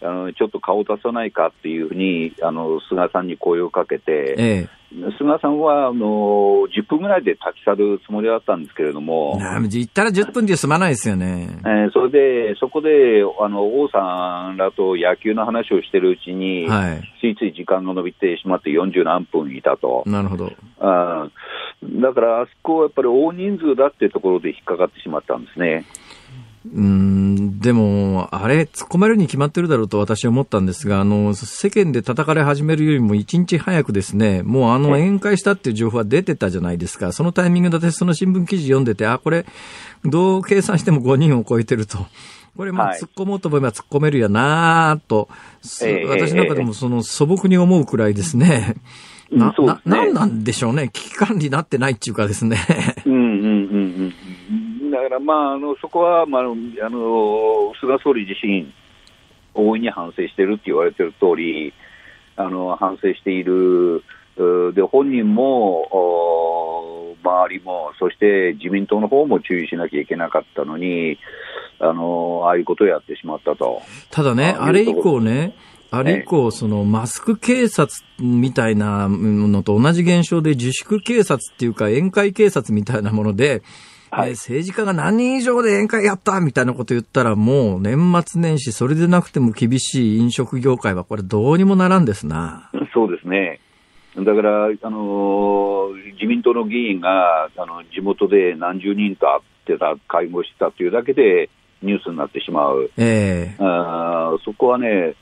ちょっと顔を出さないかっていうふうに菅さんに声をかけて、菅さんは10分ぐらいで立ち去るつもりだったんですけれども、 言ったら10分で済まないですよね。 そこで王さんらと野球の話をしてるうちに、ついつい時間が伸びてしまって40何分いたと。 なるほど。 だからあそこはやっぱり大人数だっていうところで引っかかってしまったんですね。 でも、あれ、突っ込めるに決まってるだろうと私は思ったんですが、世間で叩かれ始めるよりも1日早くですね、もう宴会したっていう情報は出てたじゃないですか。そのタイミングで私その新聞記事読んでて、これ、どう計算しても5人を超えてると。これ、突っ込もうと思えば突っ込めるやなぁと、私の中でもその素朴に思うくらいですね。なんなんでしょうね。危機管理になってないっていうかですね。 だからそこは、菅総理自身、大いに反省しているって言われている通り、反省している。で、本人も、周りも、そして自民党の方も注意しなきゃいけなかったのに、ああいうことをやってしまったと。 ただね、あれ以降、そのマスク警察みたいなのと同じ現象で自粛警察っていうか宴会警察みたいなもので、政治家が何人以上で宴会やったみたいなこと言ったらもう年末年始それでなくても厳しい飲食業界はこれどうにもならんですな。 そうですね。だから自民党の議員が地元で何十人と会ってた会合してたというだけでニュースになってしまう。そこはね、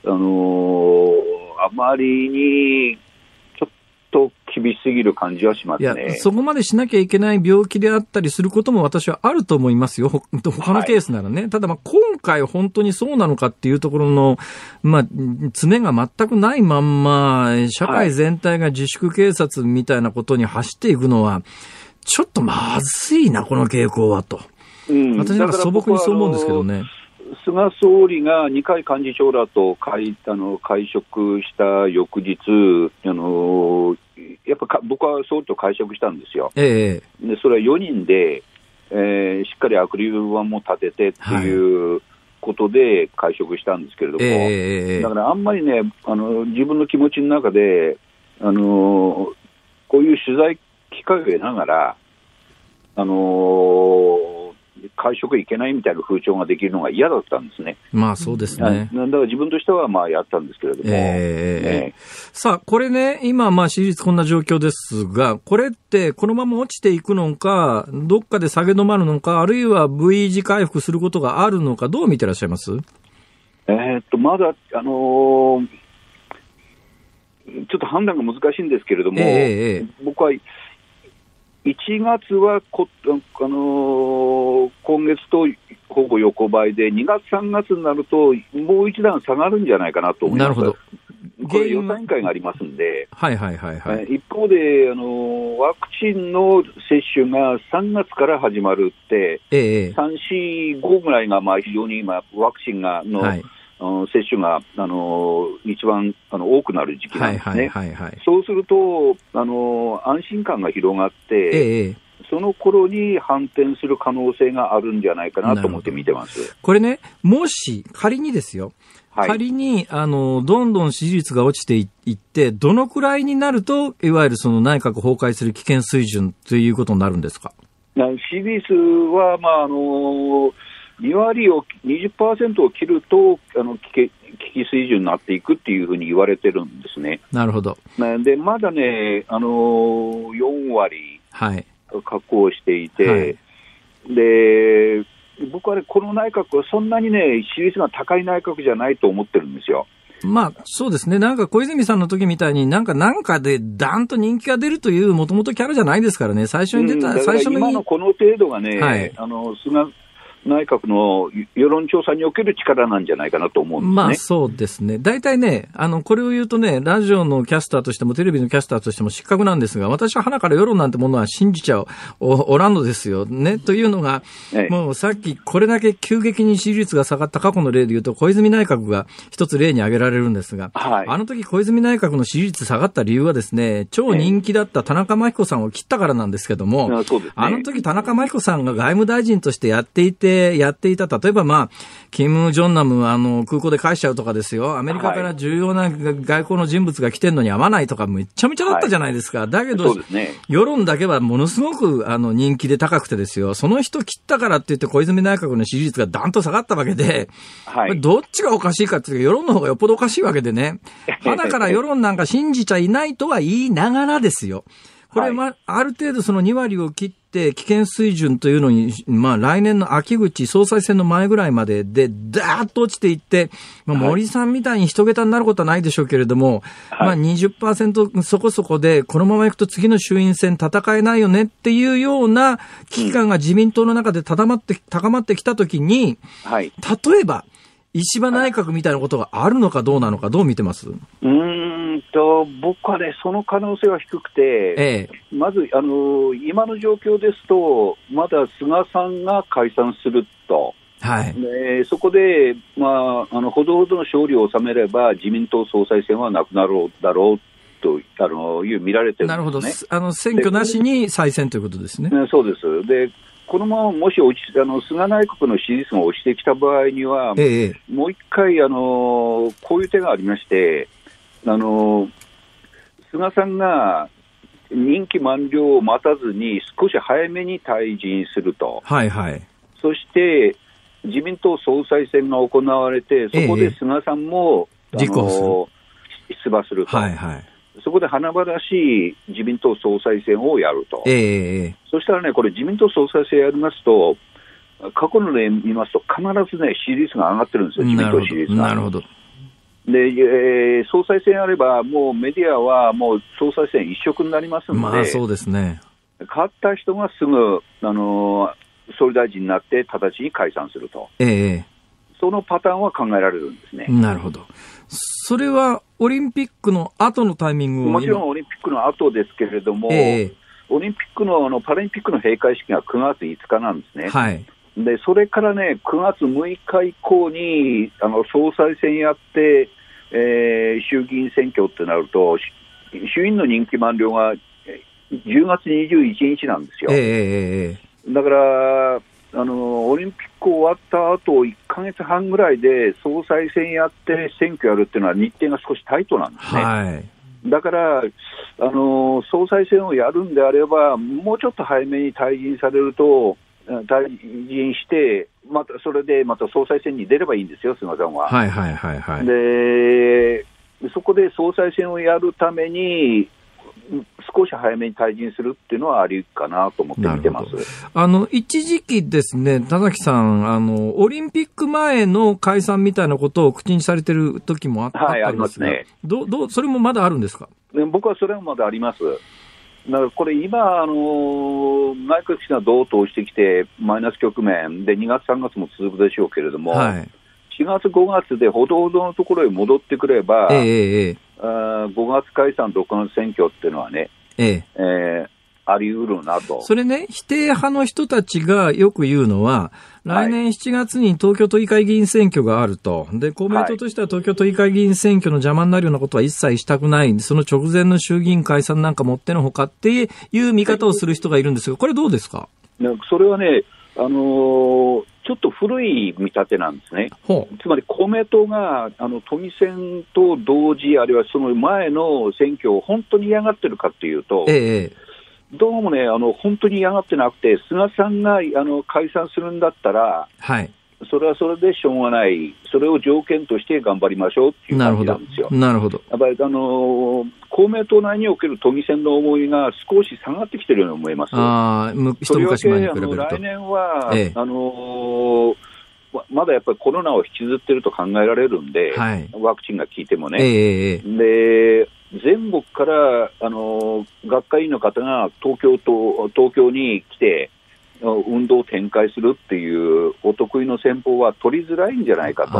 あまりにちょっと厳しすぎる感じはしますね。 いや、そこまでしなきゃいけない病気であったりすることも私はあると思いますよ。他のケースならね。ただ今回本当にそうなのかっていうところの、詰めが全くないまんま、社会全体が自粛警察みたいなことに走っていくのは、ちょっとまずいな、この傾向はと。私なんか素朴にそう思うんですけどね。 菅総理が二階幹事長らと会食した翌日、やっぱ僕は総理と会食したんですよ。でそれは4人で、しっかりアクリル板も立ててっていうことで会食したんですけれども、だからあんまりね、自分の気持ちの中で、こういう取材機会を得ながら、会食いけないみたいな風潮ができるのが嫌だったんですね。 そうですね。 だから自分としてはやったんですけれども。 さあ、これね、今支持率こんな状況ですが、これってこのまま落ちていくのか、どっかで下げ止まるのか、あるいは V 字回復することがあるのか、どう見てらっしゃいます？ まだ、ちょっと判断が難しいんですけれども、僕は1月は今月とほぼ横ばいで、2月、3月になると、もう一段下がるんじゃないかなと思います。なるほど。これ予算委員会がありますんで、一方でワクチンの接種が3月から始まるって、3、4、5ぐらいが非常に今、ワクチンが接種が一番多くなる時期なんですね。そうすると安心感が広がって、その頃に反転する可能性があるんじゃないかなと思って見てます。 これね、もし仮にですよ、仮にどんどん支持率が落ちていって、どのくらいになるといわゆるその内閣崩壊する危険水準ということになるんですか？ 支持率は2割を 20% を切ると危機水準になっていくっていうふうに言われてるんですね。 なるほど。 でまだね、4割確保していて、で僕はね、この内閣はそんなにね、支持率が高い内閣じゃないと思ってるんですよ。 そうですね。なんか小泉さんの時みたいになんかでダンと人気が出るというもともとキャラじゃないですからね。最初に出た、最初の今のこの程度がね、菅内閣の世論調査における力なんじゃないかなと思うんですね。 そうですね。大体ね、これを言うとね、ラジオのキャスターとしてもテレビのキャスターとしても失格なんですが、私は鼻から世論なんてものは信じちゃおらんのですよね。というのが、もうさっきこれだけ急激に支持率が下がった過去の例で言うと、小泉内閣が一つ例に挙げられるんですが、あの時小泉内閣の支持率下がった理由はですね、超人気だった田中真紀子さんを切ったからなんですけども、あの時田中真紀子さんが外務大臣としてやっていて、 でやっていた、例えばキム・ジョンナム空港で返しちゃうとかですよ。アメリカから重要な外交の人物が来てんのに会わないとかめっちゃめちゃだったじゃないですか。だけど、世論だけはものすごく人気で高くてですよ。その人切ったからって言って小泉内閣の支持率がダンと下がったわけで、どっちがおかしいかっていうと世論の方がよっぽどおかしいわけでね。だから世論なんか信じちゃいないとは言いながらですよ。これ、ある程度その2割を切って危険水準というのに、来年の秋口、総裁選の前ぐらいまでで、ダーッと落ちていって、森さんみたいに一桁になることはないでしょうけれども、20% そこそこで、このままいくと次の衆院選戦えないよねっていうような危機感が自民党の中で高まってきたときに、例えば、石破内閣みたいなことがあるのかどうなのか、どう見てます？ 僕はね、その可能性は低くて、まず今の状況ですと、まだ菅さんが解散すると、そこで、ほどほどの勝利を収めれば、自民党総裁選はなくなるだろうという見られてるんですね。なるほど、選挙なしに再選ということですね。 そうです。でこのままもし菅内閣の支持率が落ちてきた場合には、もう一回こういう手がありまして、菅さんが任期満了を待たずに少し早めに退陣すると、そして自民党総裁選が行われて、そこで菅さんも、 出馬すると。そこで華々しい自民党総裁選をやると、そしたらね、これ、自民党総裁選やりますと、過去の例見ますと、必ずね、支持率が上がってるんですよ、自民党支持率が。 なるほど。 で、総裁選あれば、もうメディアはもう総裁選一色になりますので、 そうですね。 勝った人がすぐ、総理大臣になって直ちに解散すると。そのパターンは考えられるんですね。 なるほど。それはオリンピックの後のタイミングをもちろんオリンピックの後ですけれども、オリンピックのパラリンピックの閉会式が9月5日なんですね。でそれからね、9月6日以降に総裁選やって、衆議院選挙ってなると、衆院の任期満了が10月21日なんですよ。だからオリンピック終わった後1ヶ月半ぐらいで総裁選やって選挙やるっていうのは日程が少しタイトなんですね。だから総裁選をやるんであれば、もうちょっと早めに退陣されると、退陣してそれでまた総裁選に出ればいいんですよ、菅さんは。でそこで総裁選をやるために少し早めに退陣するっていうのはありかなと思って見てます。 一時期ですね、田崎さん、オリンピック前の解散みたいなことを口にされてる時もあったんですが、 ありますね。 それもまだあるんですか？ 僕はそれもまだあります。だからこれ今、内閣府がどう通してきてマイナス局面で2月3月も続くでしょうけれども、4月5月でほどほどのところへ戻ってくれば、5月解散6月選挙っていうのはね、あり得るなと。 それね、否定派の人たちがよく言うのは、来年7月に東京都議会議員選挙があると。で、公明党としては東京都議会議員選挙の邪魔になるようなことは一切したくない。その直前の衆議院解散なんかもってのほかっていう見方をする人がいるんですが、これどうですか？ それはね、ちょっと古い見立てなんですね。つまり公明党が都議選と同時、あるいはその前の選挙を本当に嫌がってるかっていうと、どうもね、本当に嫌がってなくて、菅さんが解散するんだったら、それはそれでしょうがない、それを条件として頑張りましょうっていう感じなんですよ。 なるほど。 やっぱり公明党内における都議選の思いが少し下がってきているように思います。 一昔前に比べると。 来年は、まだやっぱりコロナを引きずっていると考えられるんで、ワクチンが効いてもね。で全国から学会員の方が東京に来て運動を展開するっていうお得意の戦法は取りづらいんじゃないかと。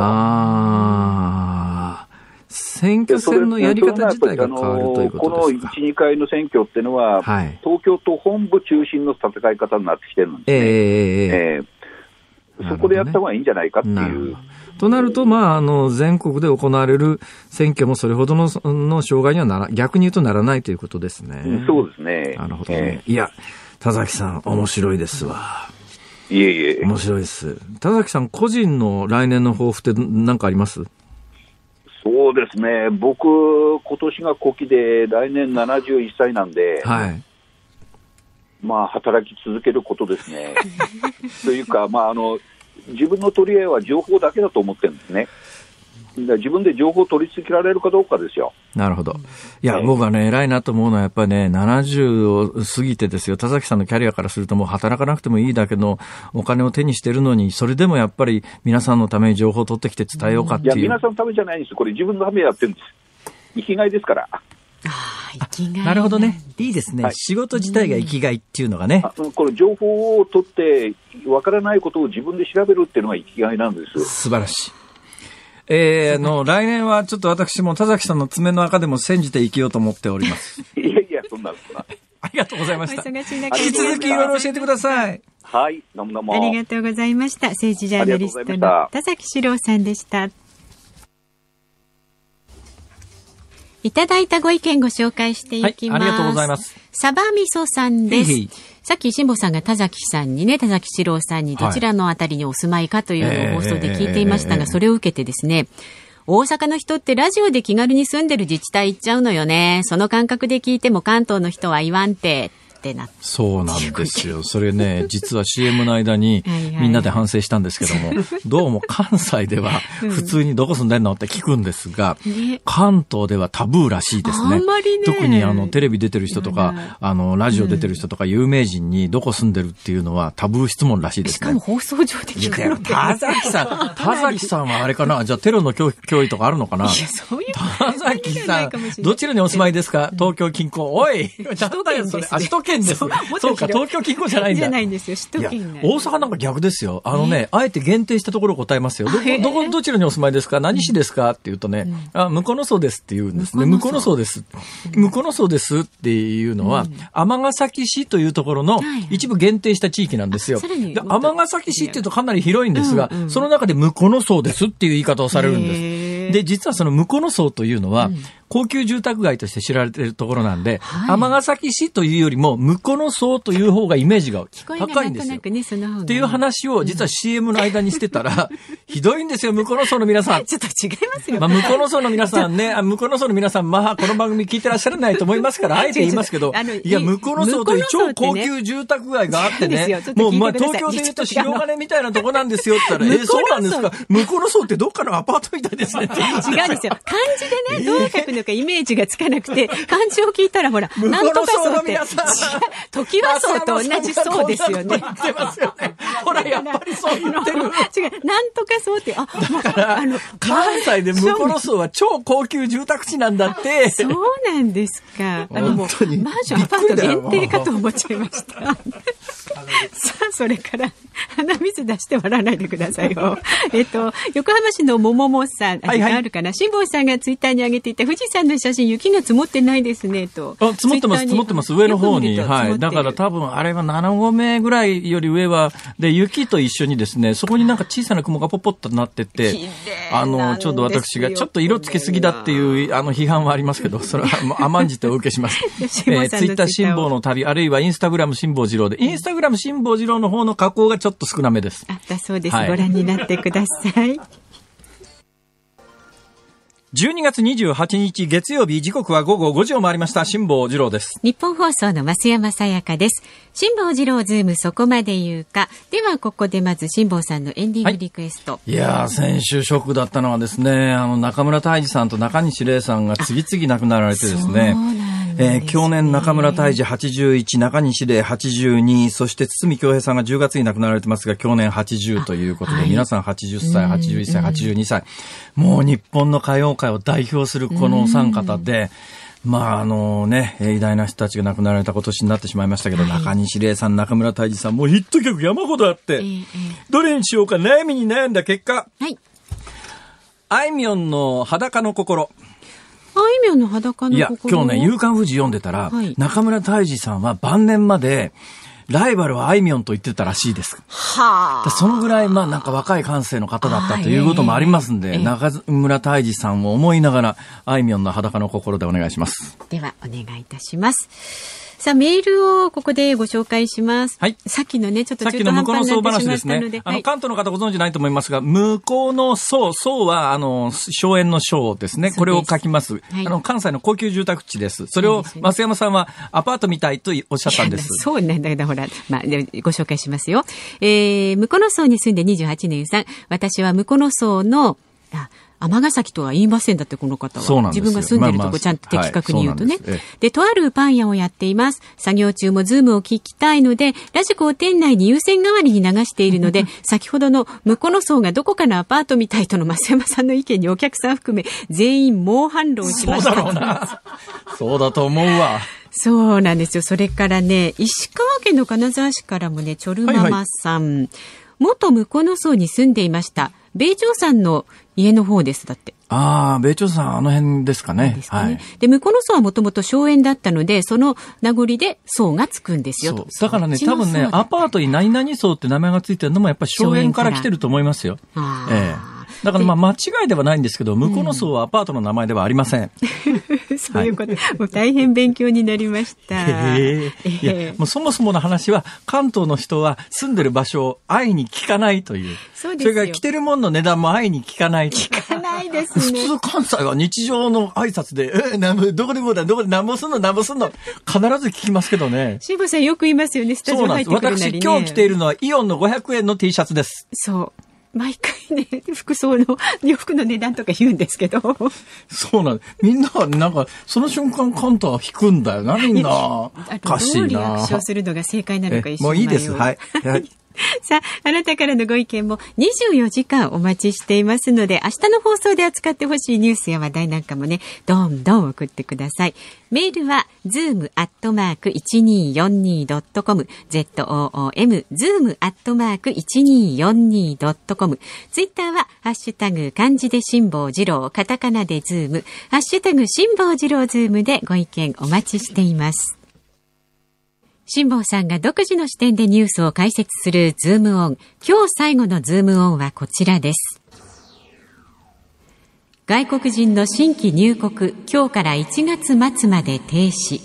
選挙戦のやり方自体が変わるということですか。 この1、2回の選挙っていうのは、東京都本部中心の戦い方になってきてるんですね。そこでやった方がいいんじゃないかっていう。 となると、全国で行われる選挙もそれほどの障害には逆に言うとならないということですね。 そうですね。 なるほどね。いや、田崎さん、面白いですわ。 いえいえ。 面白いです。田崎さん、個人の来年の抱負って何かあります？ そうですね。僕、今年が古希で、来年71歳なんで、 はい。 まあ、働き続けることですね。というか、まあ、自分の取り合いは情報だけだと思ってるんですね。自分で情報を取り続けられるかどうかですよ。 なるほど。いや、僕はね、偉いなと思うのは、やっぱりね、70を過ぎてですよ、田崎さんのキャリアからするともう働かなくてもいいだけのお金を手にしてるのに、それでもやっぱり皆さんのために情報を取ってきて伝えようかっていう。 いや、皆さんのためじゃないんです。これ自分のためにやってるんです。生きがいですから。 生きがい。 なるほどね。いいですね。はい、仕事自体が生きがいっていうのがね。 この情報を取って、わからないことを自分で調べるっていうのが生きがいなんです。 素晴らしい。来年はちょっと私も田崎さんの爪の赤でも煎じて生きようと思っております。 いやいや、そんなのかな。 ありがとうございました。 引き続きいろいろ教えてください。 はい、どうもどうも。 ありがとうございました。政治ジャーナリストの田崎史郎さんでした。いただいたご意見ご紹介していきます。 はい、ありがとうございます。 サバミソさんです。さっき辛坊さんが田崎さんにね、田崎史郎さんにどちらのあたりにお住まいかというのを放送で聞いていましたが、それを受けてですね、大阪の人ってラジオで気軽に住んでる自治体行っちゃうのよね。その感覚で聞いても関東の人は言わんて。ってなってそうなんですよ。それね、実は CM の間にみんなで反省したんですけども、どうも関西では普通にどこ住んでんのって聞くんですが、関東ではタブーらしいですね。特にテレビ出てる人とか、ラジオ出てる人とか有名人にどこ住んでるっていうのはタブー質問らしいですね。 しかも放送上で聞くの。 田崎さんはあれかな、じゃあテロの脅威とかあるのかな。 いや、そういう田崎さん、どちらにお住まいですか？東京近郊。おい、ちゃんとよ、それ。首都圏です。そうか、東京近郊じゃないんだ。 じゃないんですよ、首都圏。 大阪なんか逆ですよ。あえて限定したところを答えますよ。どちらにお住まいですか？何市ですか？って言うとね、向こうのそうですって言うんですね。向こうのそうです。向こうのそうですっていうのは、尼崎市というところの一部限定した地域なんですよ。尼崎市って言うとかなり広いんですが、その中で向こうのそうですっていう言い方をされるんです。で、実はその向こうの層というのは、高級住宅街として知られているところなんで、尼崎市というよりも、向こうの層という方がイメージが高いんですよ。っていう話を実は CM の間にしてたら、ひどいんですよ、向こうの層の皆さん。 ちょっと違いますよ。 向こうの層の皆さんね、向こうの層の皆さん、この番組聞いてらっしゃらないと思いますから、あえて言いますけど、いや、向こうの層という超高級住宅街があってね、もう東京で言うと白金みたいなとこなんですよって言ったら、そうなんですか、向こうの層ってどっかのアパートみたいですねって。 違うんですよ。漢字でね、どう書くのかイメージがつかなくて、漢字を聞いたらほら、なんとかそうって、時はそうと同じそうですよね。 ほら、やっぱりそう言ってる。違う、 なんとかそうって、 関西で向こうの層は超高級住宅地なんだって。 そうなんですか。もう、マンション、アパート限定かと思っちゃいました。さあ、それから、鼻水出して笑わないでくださいよ。横浜市のもももさん、あるかな、辛坊さんがツイッターに上げていた富士山の写真、雪が積もってないですね、と。 積もってます、上の方に。はい。だから多分、あれは7合目ぐらいより上は、で、雪と一緒にですね、そこになんか小さな雲がポッポッとなってて、ちょうど私がちょっと色つけすぎだっていう、批判はありますけど、それは甘んじてお受けします。ツイッター辛坊の旅、あるいはインスタグラム辛坊治郎で、インスタグラム辛坊治郎の方の加工がちょっと少なめです。 だそうです。ご覧になってください。 12月28日月曜日、時刻は午後5時を回りました。辛坊治郎です。 日本放送の増山さやかです。辛坊治郎ズームそこまで言うか。ではここでまず辛坊さんのエンディングリクエスト。 いやー、先週ショックだったのはですね、中村泰治さんと中西礼さんが次々亡くなられてですね。去年中村泰治81、中西礼82、そして堤恭平さんが10月に亡くなられてますが、去年80ということで、皆さん80歳、81歳、82歳。もう日本の歌謡界を代表するこのお三方で、偉大な人たちが亡くなられた今年になってしまいましたけど、中西礼さん、中村泰治さん、もうヒット曲山ほどあって、どれにしようか悩みに悩んだ結果、あいみょんの裸の心。 あいみょんの裸の心。 いや、今日ね、夕刊富士読んでたら、中村泰治さんは晩年まで、ライバルはあいみょんと言ってたらしいです。そのぐらい、なんか若い感性の方だったということもありますんで、中村泰治さんを思いながら、あいみょんの裸の心でお願いします。 では、お願いいたします。 さあ、メールをここでご紹介します。 はい。 さっきのね、ちょっとさっきの向こうの層話ですね。関東の方ご存知ないと思いますが、向こうの層は、荘園の荘ですね。これを書きます。はい、関西の高級住宅地です。それを、増山さんはアパートみたいとおっしゃったんです。 そうなんだけど、ほら、まあ、ご紹介しますよ。向こうの層に住んで28年さん。私は向こうの層の、尼崎とは言いませんだってこの方は。 そうなんですよ。 自分が住んでるとこちゃんと的確に言うとね。で、とあるパン屋をやっています。作業中もズームを聞きたいので、ラジコを店内に優先代わりに流しているので、先ほどの向こうの層がどこかのアパートみたいとの増山さんの意見にお客さん含め全員猛反論しました。 そうだろうな。そうだと思うわ。 そうなんですよ。それからね、石川県の金沢市からもね、チョルママさん、元向こうの層に住んでいました。米朝さんの家の方です。だって。 米朝さんあの辺ですかね。 ですかね。はい。で、向こうの層はもともと荘園だったので、その名残で層がつくんですよと。 だからね、多分ね、アパートに何々層って名前がついてるのもやっぱり荘園から来てると思いますよ。だから間違いではないんですけど、向こうの層はアパートの名前ではありません。 そういうこと、もう大変勉強になりました。 いや、もうそもそもの話は、関東の人は住んでる場所を愛に聞かないという。 そうですよ。 それから着てるものの値段も愛に聞かない。 聞かないですね。 普通関西は日常の挨拶で、どこでもだ、どこで何もすんの必ず聞きますけどね。 辛坊さんよく言いますよね、スタジオ入ってくるなりね。 私今日着ているのはイオンの500円の T シャツです。 そう。毎回ね、服装の洋服の値段とか言うんですけど。 そうなんです。みんなはなんか、その瞬間カンタは引くんだよな、みんな。おかしいな。どうリアクションするのが正解なのか一緒に。 もういいです。はい。 さあ、あなたからのご意見も24時間お待ちしていますので、明日の放送で扱ってほしいニュースや話題なんかもね、どんどん送ってください。メールは zoom@1242.com、zoom、zoom@1242.com。ツイッターはハッシュタグ漢字で辛坊治郎、カタカナでズーム、ハッシュタグ辛坊治郎ズームでご意見お待ちしています。辛坊さんが独自の視点でニュースを解説するズームオン。今日最後のズームオンはこちらです。外国人の新規入国、今日から1月末まで停止。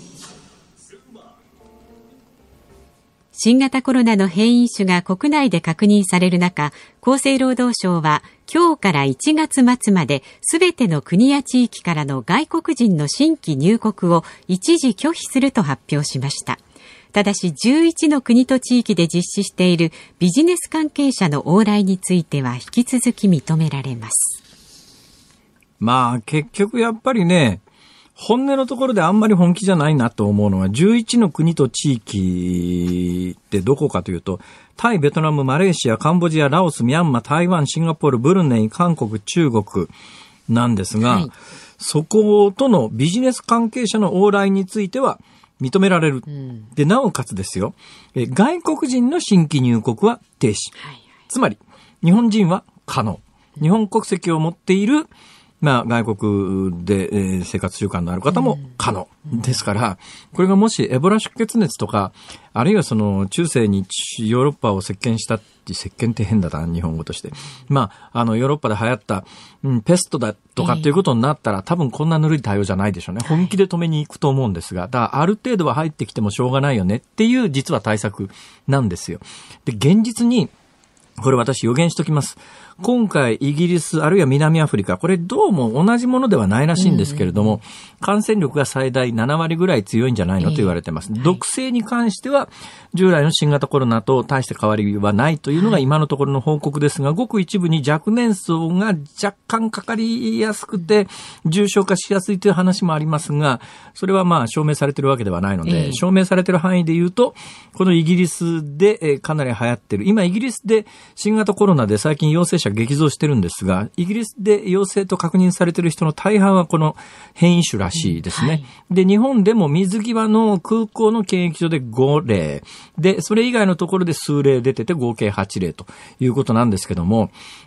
新型コロナの変異種が国内で確認される中、厚生労働省は今日から1月末まで全ての国や地域からの外国人の新規入国を一時拒否すると発表しました。ただし11の国と地域で実施しているビジネス関係者の往来については引き続き認められます。 まあ結局やっぱりね、本音のところであんまり本気じゃないなと思うのは、11の国と地域ってどこかというと、タイ、ベトナム、マレーシア、カンボジア、ラオス、ミャンマー、台湾、シンガポール、ブルネイ、韓国、中国なんですが、はい、そことのビジネス関係者の往来については認められる。で、なおかつですよ、外国人の新規入国は停止。つまり、日本人は可能。日本国籍を持っている、外国で、生活習慣のある方も可能。ですから、これがもしエボラ出血熱とか、あるいはその中世にヨーロッパを席巻した席巻って変だな、日本語として。ヨーロッパで流行った、ペストだとかっていうことになったら、多分こんなぬるい対応じゃないでしょうね。本気で止めに行くと思うんですが、だからある程度は入ってきてもしょうがないよねっていう実は対策なんですよ。で、現実に、これ私予言しときます。今回イギリスあるいは南アフリカ、これどうも同じものではないらしいんですけれども、感染力が最大7割ぐらい強いんじゃないのと言われてます。毒性に関しては従来の新型コロナと大して変わりはないというのが今のところの報告ですが、ごく一部に若年層が若干かかりやすくて重症化しやすいという話もありますが、それは証明されているわけではないので、証明されている範囲で言うと、このイギリスでかなり流行っている。今イギリスで新型コロナで最近陽性者激増してるんですが、イギリスで陽性と確認されている人の大半はこの変異種らしいですね。で、日本でも水際の空港の検疫所で5例。で、それ以外のところで数例出てて合計8例ということなんですけども、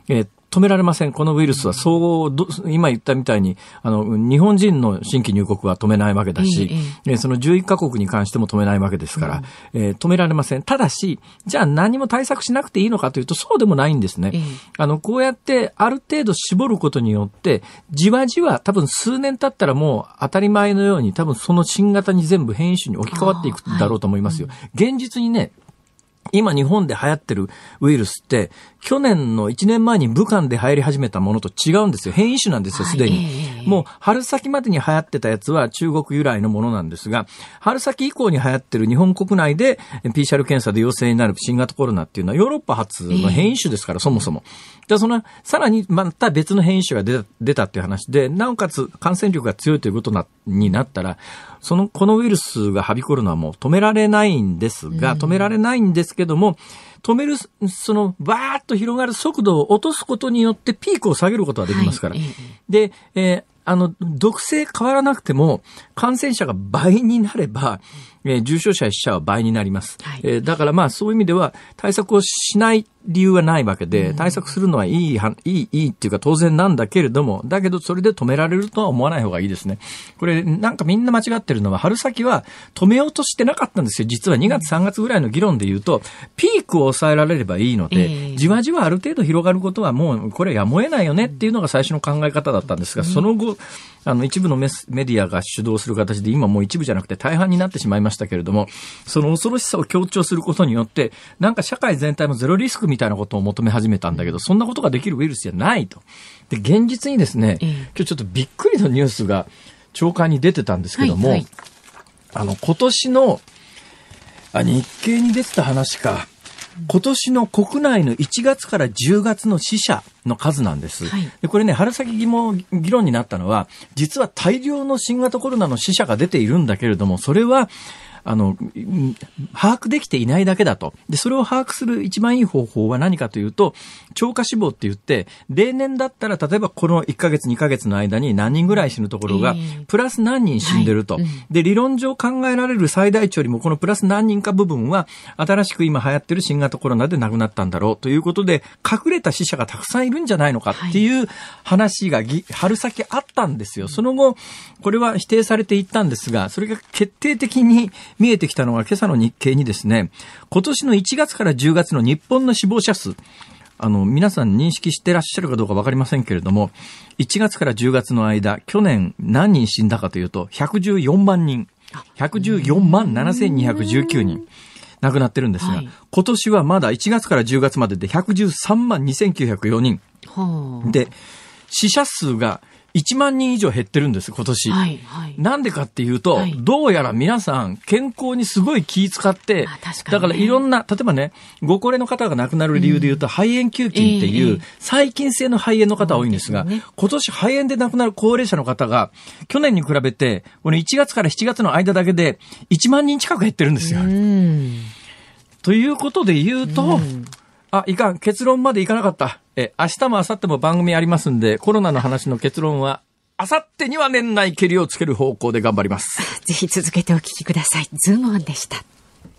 止められません。このウイルスは今言ったみたいに、日本人の新規入国は止めないわけだし、その11カ国に関しても止めないわけですから、止められません。ただし、じゃあ何も対策しなくていいのかというと、そうでもないんですね。こうやってある程度絞ることによって、じわじわ多分数年経ったらもう当たり前のように多分その新型に全部変異種に置き換わっていくだろうと思いますよ。現実にね、今日本で流行ってるウイルスって、去年の1年前に武漢で流行り始めたものと違うんですよ。変異種なんですよ、すでに。もう春先までに流行ってたやつは中国由来のものなんですが、春先以降に流行ってる日本国内で PCR 検査で陽性になる新型コロナっていうのはヨーロッパ発の変異種ですから、そもそも。で、さらにまた別の変異種が出たっていう話で、なおかつ感染力が強いということになったら、このウイルスがはびこるのはもう止められないんですけども、バーッと広がる速度を落とすことによってピークを下げることができますから。で、毒性変わらなくても、感染者が倍になれば、重症者や死者は倍になります。だからそういう意味では、対策をしない理由はないわけで、対策するのはいいっていうか当然なんだけれども、だけどそれで止められるとは思わない方がいいですね。これなんかみんな間違ってるのは、春先は止めようとしてなかったんですよ。実は2月3月ぐらいの議論で言うと、ピークを抑えられればいいので、じわじわある程度広がることはもうこれやむを得ないよねっていうのが最初の考え方だったんですが、その後、一部のメディアが主導する形で、今もう一部じゃなくて大半になってしまいましたけれども、その恐ろしさを強調することによって、なんか社会全体もゼロリスクみたいなことを求め始めたんだけど、そんなことができるウイルスじゃないと。で、現実にですね、今日ちょっとびっくりのニュースが朝刊に出てたんですけども、今年の、日経に出てた話か、今年の国内の1月から10月の死者の数なんです。でこれね、春先議論になったのは、実は大量の新型コロナの死者が出ているんだけれども、それは、把握できていないだけだと。で、それを把握する一番いい方法は何かというと、超過死亡って言って、例年だったら、例えばこの1ヶ月2ヶ月の間に何人ぐらい死ぬところが、プラス何人死んでると。で、理論上考えられる最大値よりも、このプラス何人か部分は、新しく今流行ってる新型コロナで亡くなったんだろうということで、隠れた死者がたくさんいるんじゃないのかっていう話が春先あったんですよ。その後、これは否定されていったんですが、それが決定的に見えてきたのが今朝の日経にですね、今年の1月から10月の日本の死亡者数、皆さん認識してらっしゃるかどうかわかりませんけれども、1月から10月の間、去年何人死んだかというと、114万人、114万7219人亡くなってるんですが、今年はまだ1月から10月までで113万2904人。で、死者数が1万人以上減ってるんです、今年。なんでかっていうと、どうやら皆さん健康にすごい気遣って、だからいろんな、例えばね、ご高齢の方が亡くなる理由で言うと、肺炎球菌っていう細菌性の肺炎の方多いんですが、今年肺炎で亡くなる高齢者の方が、去年に比べて、この1月から7月の間だけで1万人近く減ってるんですよ。ということで言うと、結論までいかなかった。明日も明後日も番組ありますんで、コロナの話の結論は、明後日には年内けりをつける方向で頑張ります。 ぜひ続けてお聞きください。ズームオンでした。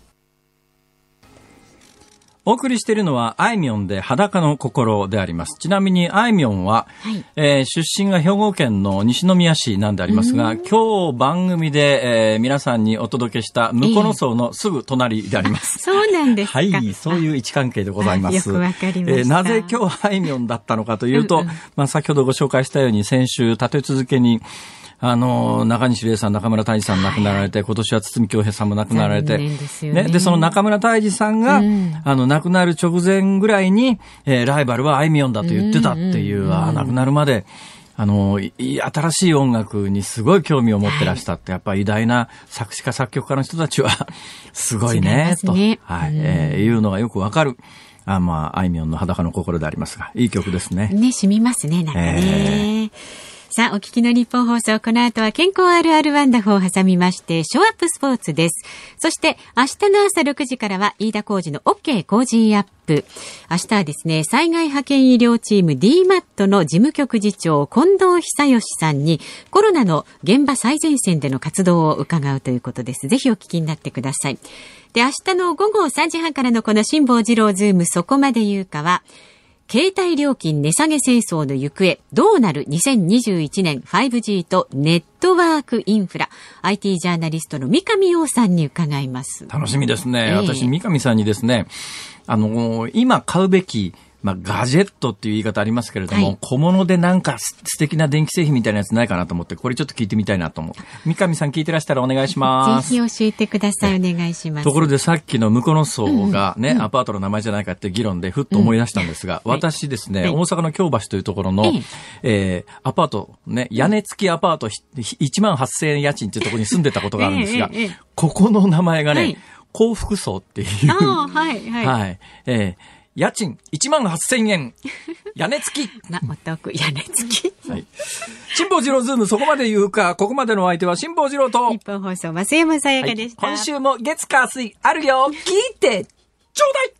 お送りしているのはあいみょんで裸の心であります。ちなみにあいみょんは、出身が兵庫県の西宮市なんでありますが、今日番組で、皆さんにお届けした向こうの層のすぐ隣であります。 そうなんですか。 そういう位置関係でございます。 よくわかりました。 なぜ今日あいみょんだったのかというと、先ほどご紹介したように先週立て続けに中西礼さん、中村泰治さん亡くなられて、今年は堤恭平さんも亡くなられて、で、その中村泰治さんが、亡くなる直前ぐらいに、ライバルはあいみょんだと言ってたっていう、亡くなるまで、新しい音楽にすごい興味を持ってらしたって、やっぱり偉大な作詞家作曲家の人たちは、すごいね、と、いうのがよくわかる。あいみょんの裸の心でありますが、いい曲ですね。 染みますね、なんかね。さあ、お聞きの日本放送、この後は健康あるあるワンダフを挟みまして、ショーアップスポーツです。そして、明日の朝6時からは、飯田浩司の OK 工事アップ。明日はですね、災害派遣医療チーム DMAT の事務局次長、近藤久義さんに、コロナの現場最前線での活動を伺うということです。ぜひお聞きになってください。で、明日の午後3時半からのこの辛坊治郎ズームそこまで言うかは、 携帯料金値下げ戦争の行方、どうなる2021年 5G とネットワークインフラ。IT ジャーナリストの三上洋さんに伺います。 楽しみですね。私、三上さんにですね、今買うべき、ガジェットっていう言い方ありますけれども、はい、小物でなんか素敵な電気製品みたいなやつないかなと思って、これちょっと聞いてみたいなと思う。三上さん聞いてらしたらお願いします。 ぜひ教えてください。お願いします。 ところでさっきの向こうの層がね、アパートの名前じゃないかっていう議論でふっと思い出したんですが、私ですね、大阪の京橋というところの、アパート、ね、屋根付きアパート18,000円家賃っていうところに住んでたことがあるんですが、ここの名前がね、幸福層っていう。はい。家賃18,000円。屋根付き。 お得、屋根付き。 はい。辛坊治郎ズーム、そこまで言うか、ここまでのお相手は辛坊治郎と。 日本放送、増山さやかでした。 今週も月火水あるよ。聞いて、ちょうだい。